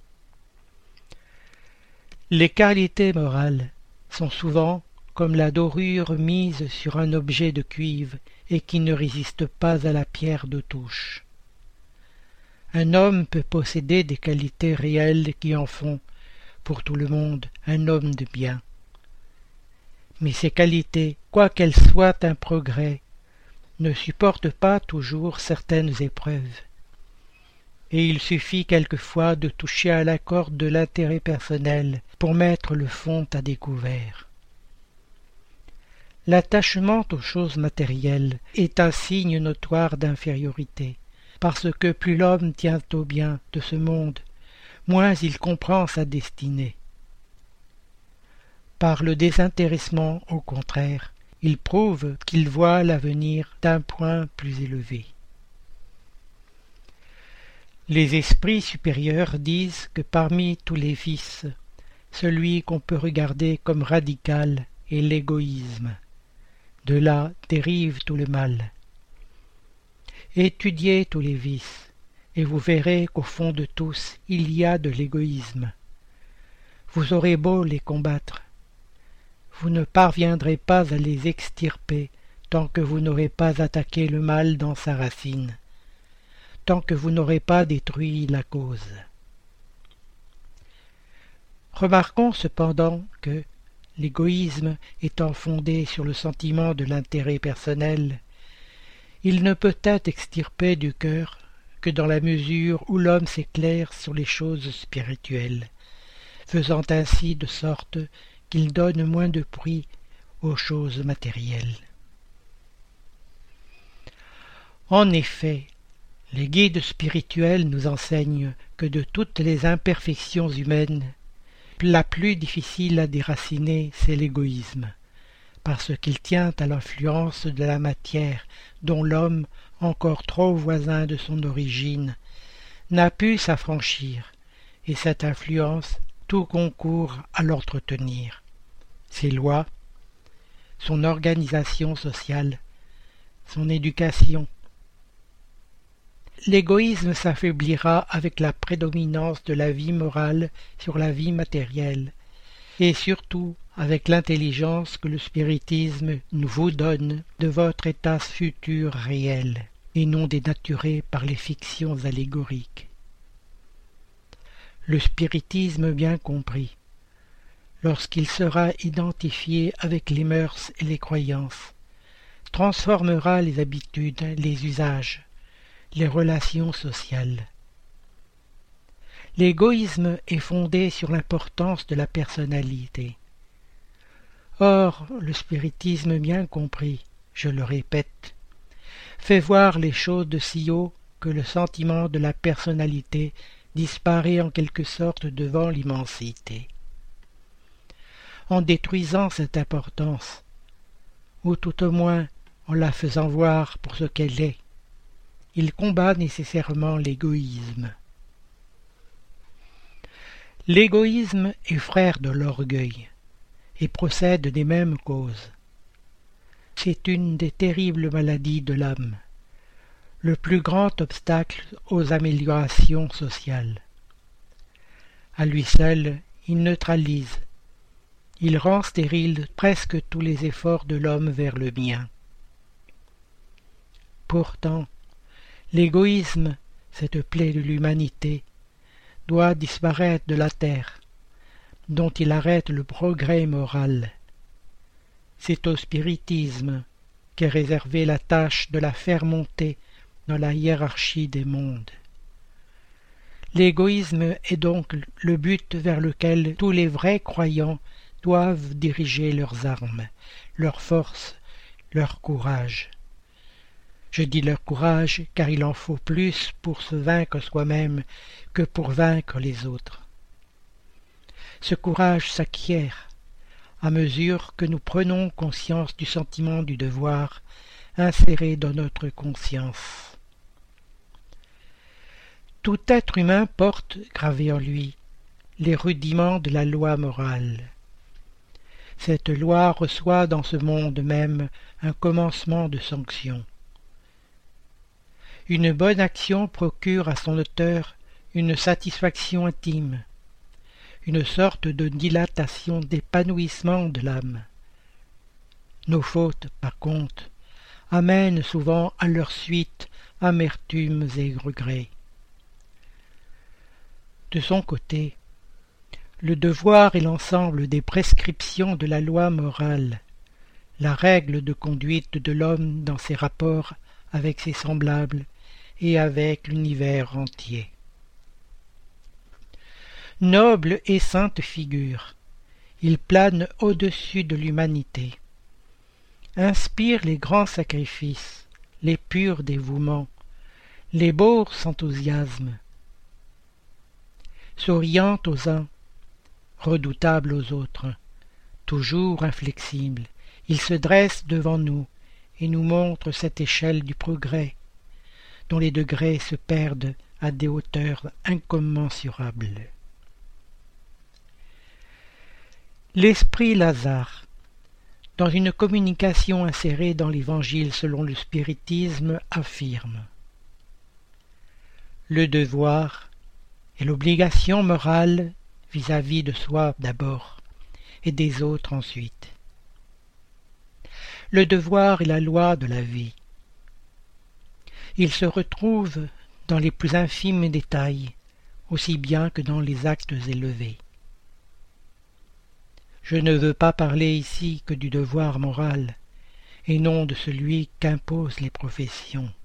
Les qualités morales sont souvent comme la dorure mise sur un objet de cuivre et qui ne résiste pas à la pierre de touche. Un homme peut posséder des qualités réelles qui en font, pour tout le monde, un homme de bien. Mais ces qualités, quoiqu'elles soient un progrès, ne supportent pas toujours certaines épreuves. Et il suffit quelquefois de toucher à la corde de l'intérêt personnel pour mettre le fond à découvert. L'attachement aux choses matérielles est un signe notoire d'infériorité, parce que plus l'homme tient au bien de ce monde, moins il comprend sa destinée. Par le désintéressement, au contraire, il prouve qu'il voit l'avenir d'un point plus élevé. Les esprits supérieurs disent que parmi tous les vices, celui qu'on peut regarder comme radical est l'égoïsme. De là dérive tout le mal. Étudiez tous les vices, et vous verrez qu'au fond de tous il y a de l'égoïsme. Vous aurez beau les combattre, vous ne parviendrez pas à les extirper tant que vous n'aurez pas attaqué le mal dans sa racine, tant que vous n'aurez pas détruit la cause. Remarquons cependant que, l'égoïsme étant fondé sur le sentiment de l'intérêt personnel, il ne peut être extirpé du cœur que dans la mesure où l'homme s'éclaire sur les choses spirituelles, faisant ainsi de sorte qu'il donne moins de prix aux choses matérielles. En effet, les guides spirituels nous enseignent que de toutes les imperfections humaines, la plus difficile à déraciner, c'est l'égoïsme, parce qu'il tient à l'influence de la matière dont l'homme, encore trop voisin de son origine, n'a pu s'affranchir, et cette influence, tout concourt à l'entretenir. Ses lois, son organisation sociale, son éducation. L'égoïsme s'affaiblira avec la prédominance de la vie morale sur la vie matérielle, et surtout avec l'intelligence que le spiritisme nous vous donne de votre état futur réel, et non dénaturé par les fictions allégoriques. Le spiritisme bien compris, lorsqu'il sera identifié avec les mœurs et les croyances, transformera les habitudes, les usages, les relations sociales. L'égoïsme est fondé sur l'importance de la personnalité. Or, le spiritisme bien compris, je le répète, fait voir les choses de si haut que le sentiment de la personnalité disparaît en quelque sorte devant l'immensité. En détruisant cette importance, ou tout au moins en la faisant voir pour ce qu'elle est, il combat nécessairement l'égoïsme. L'égoïsme est frère de l'orgueil et procède des mêmes causes. C'est une des terribles maladies de l'âme, le plus grand obstacle aux améliorations sociales. À lui seul, il neutralise, il rend stérile presque tous les efforts de l'homme vers le bien. Pourtant, l'égoïsme, cette plaie de l'humanité, doit disparaître de la terre, dont il arrête le progrès moral. C'est au spiritisme qu'est réservée la tâche de la faire monter dans la hiérarchie des mondes. L'égoïsme est donc le but vers lequel tous les vrais croyants doivent diriger leurs armes, leur force, leur courage. Je dis leur courage car il en faut plus pour se vaincre soi-même que pour vaincre les autres. Ce courage s'acquiert à mesure que nous prenons conscience du sentiment du devoir inséré dans notre conscience. Tout être humain porte, gravés en lui, les rudiments de la loi morale. Cette loi reçoit dans ce monde même un commencement de sanction. Une bonne action procure à son auteur une satisfaction intime, une sorte de dilatation d'épanouissement de l'âme. Nos fautes, par contre, amènent souvent à leur suite amertumes et regrets. De son côté, le devoir est l'ensemble des prescriptions de la loi morale, la règle de conduite de l'homme dans ses rapports avec ses semblables et avec l'univers entier. Noble et sainte figure, il plane au-dessus de l'humanité, inspire les grands sacrifices, les purs dévouements, les beaux enthousiasmes. Souriant aux uns, redoutable aux autres, toujours inflexible, il se dresse devant nous et nous montre cette échelle du progrès, dont les degrés se perdent à des hauteurs incommensurables. L'esprit Lazare, dans une communication insérée dans l'Évangile selon le spiritisme, affirme: le devoir est l'obligation morale vis-à-vis de soi d'abord et des autres ensuite. Le devoir est la loi de la vie. Il se retrouve dans les plus infimes détails, aussi bien que dans les actes élevés. Je ne veux pas parler ici que du devoir moral, et non de celui qu'imposent les professions.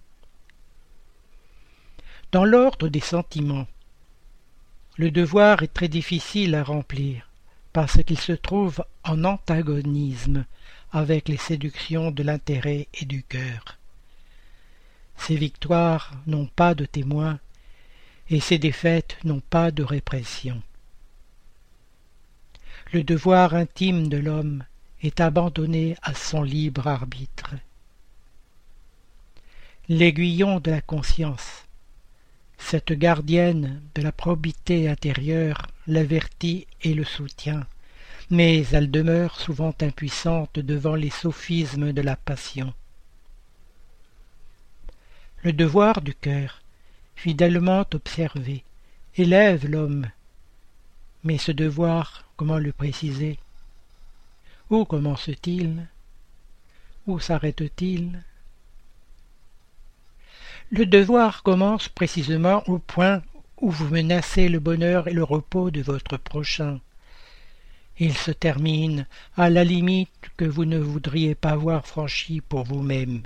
Dans l'ordre des sentiments, le devoir est très difficile à remplir, parce qu'il se trouve en antagonisme avec les séductions de l'intérêt et du cœur. Ses victoires n'ont pas de témoins, et ses défaites n'ont pas de répression. Le devoir intime de l'homme est abandonné à son libre arbitre. L'aiguillon de la conscience, cette gardienne de la probité intérieure, l'avertit et le soutient, mais elle demeure souvent impuissante devant les sophismes de la passion. Le devoir du cœur, fidèlement observé, élève l'homme. Mais ce devoir, comment le préciser? Où commence-t-il? Où s'arrête-t-il? Le devoir commence précisément au point où vous menacez le bonheur et le repos de votre prochain. Il se termine à la limite que vous ne voudriez pas voir franchie pour vous-même.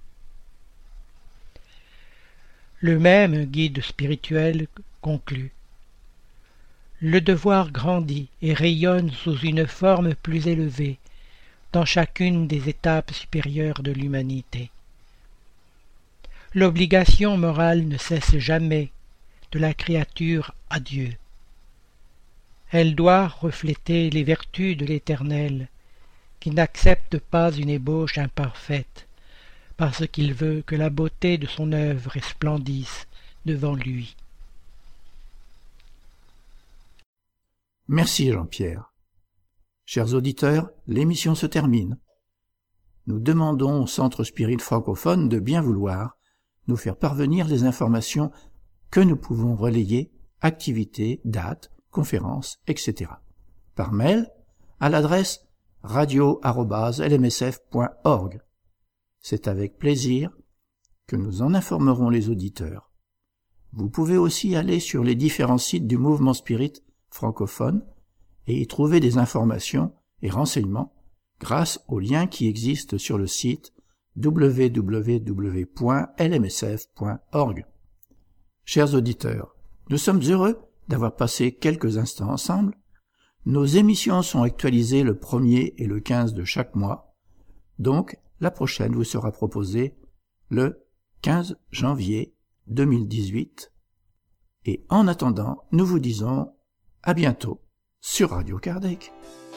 Le même guide spirituel conclut. Le devoir grandit et rayonne sous une forme plus élevée dans chacune des étapes supérieures de l'humanité. L'obligation morale ne cesse jamais de la créature à Dieu. Elle doit refléter les vertus de l'Éternel, qui n'accepte pas une ébauche imparfaite, parce qu'il veut que la beauté de son œuvre resplendisse devant lui. Merci Jean-Pierre. Chers auditeurs, l'émission se termine. Nous demandons au Centre Spirit francophone de bien vouloir nous faire parvenir des informations que nous pouvons relayer, activités, dates, conférences, etc. par mail à l'adresse radio@lmsf.org. C'est avec plaisir que nous en informerons les auditeurs. Vous pouvez aussi aller sur les différents sites du mouvement Spirit francophone et y trouver des informations et renseignements grâce aux liens qui existent sur le site www.lmsf.org. Chers auditeurs, nous sommes heureux d'avoir passé quelques instants ensemble. Nos émissions sont actualisées le 1er et le 15 de chaque mois, donc la prochaine vous sera proposée le 15 janvier 2018. Et en attendant, nous vous disons à bientôt sur Radio Kardec.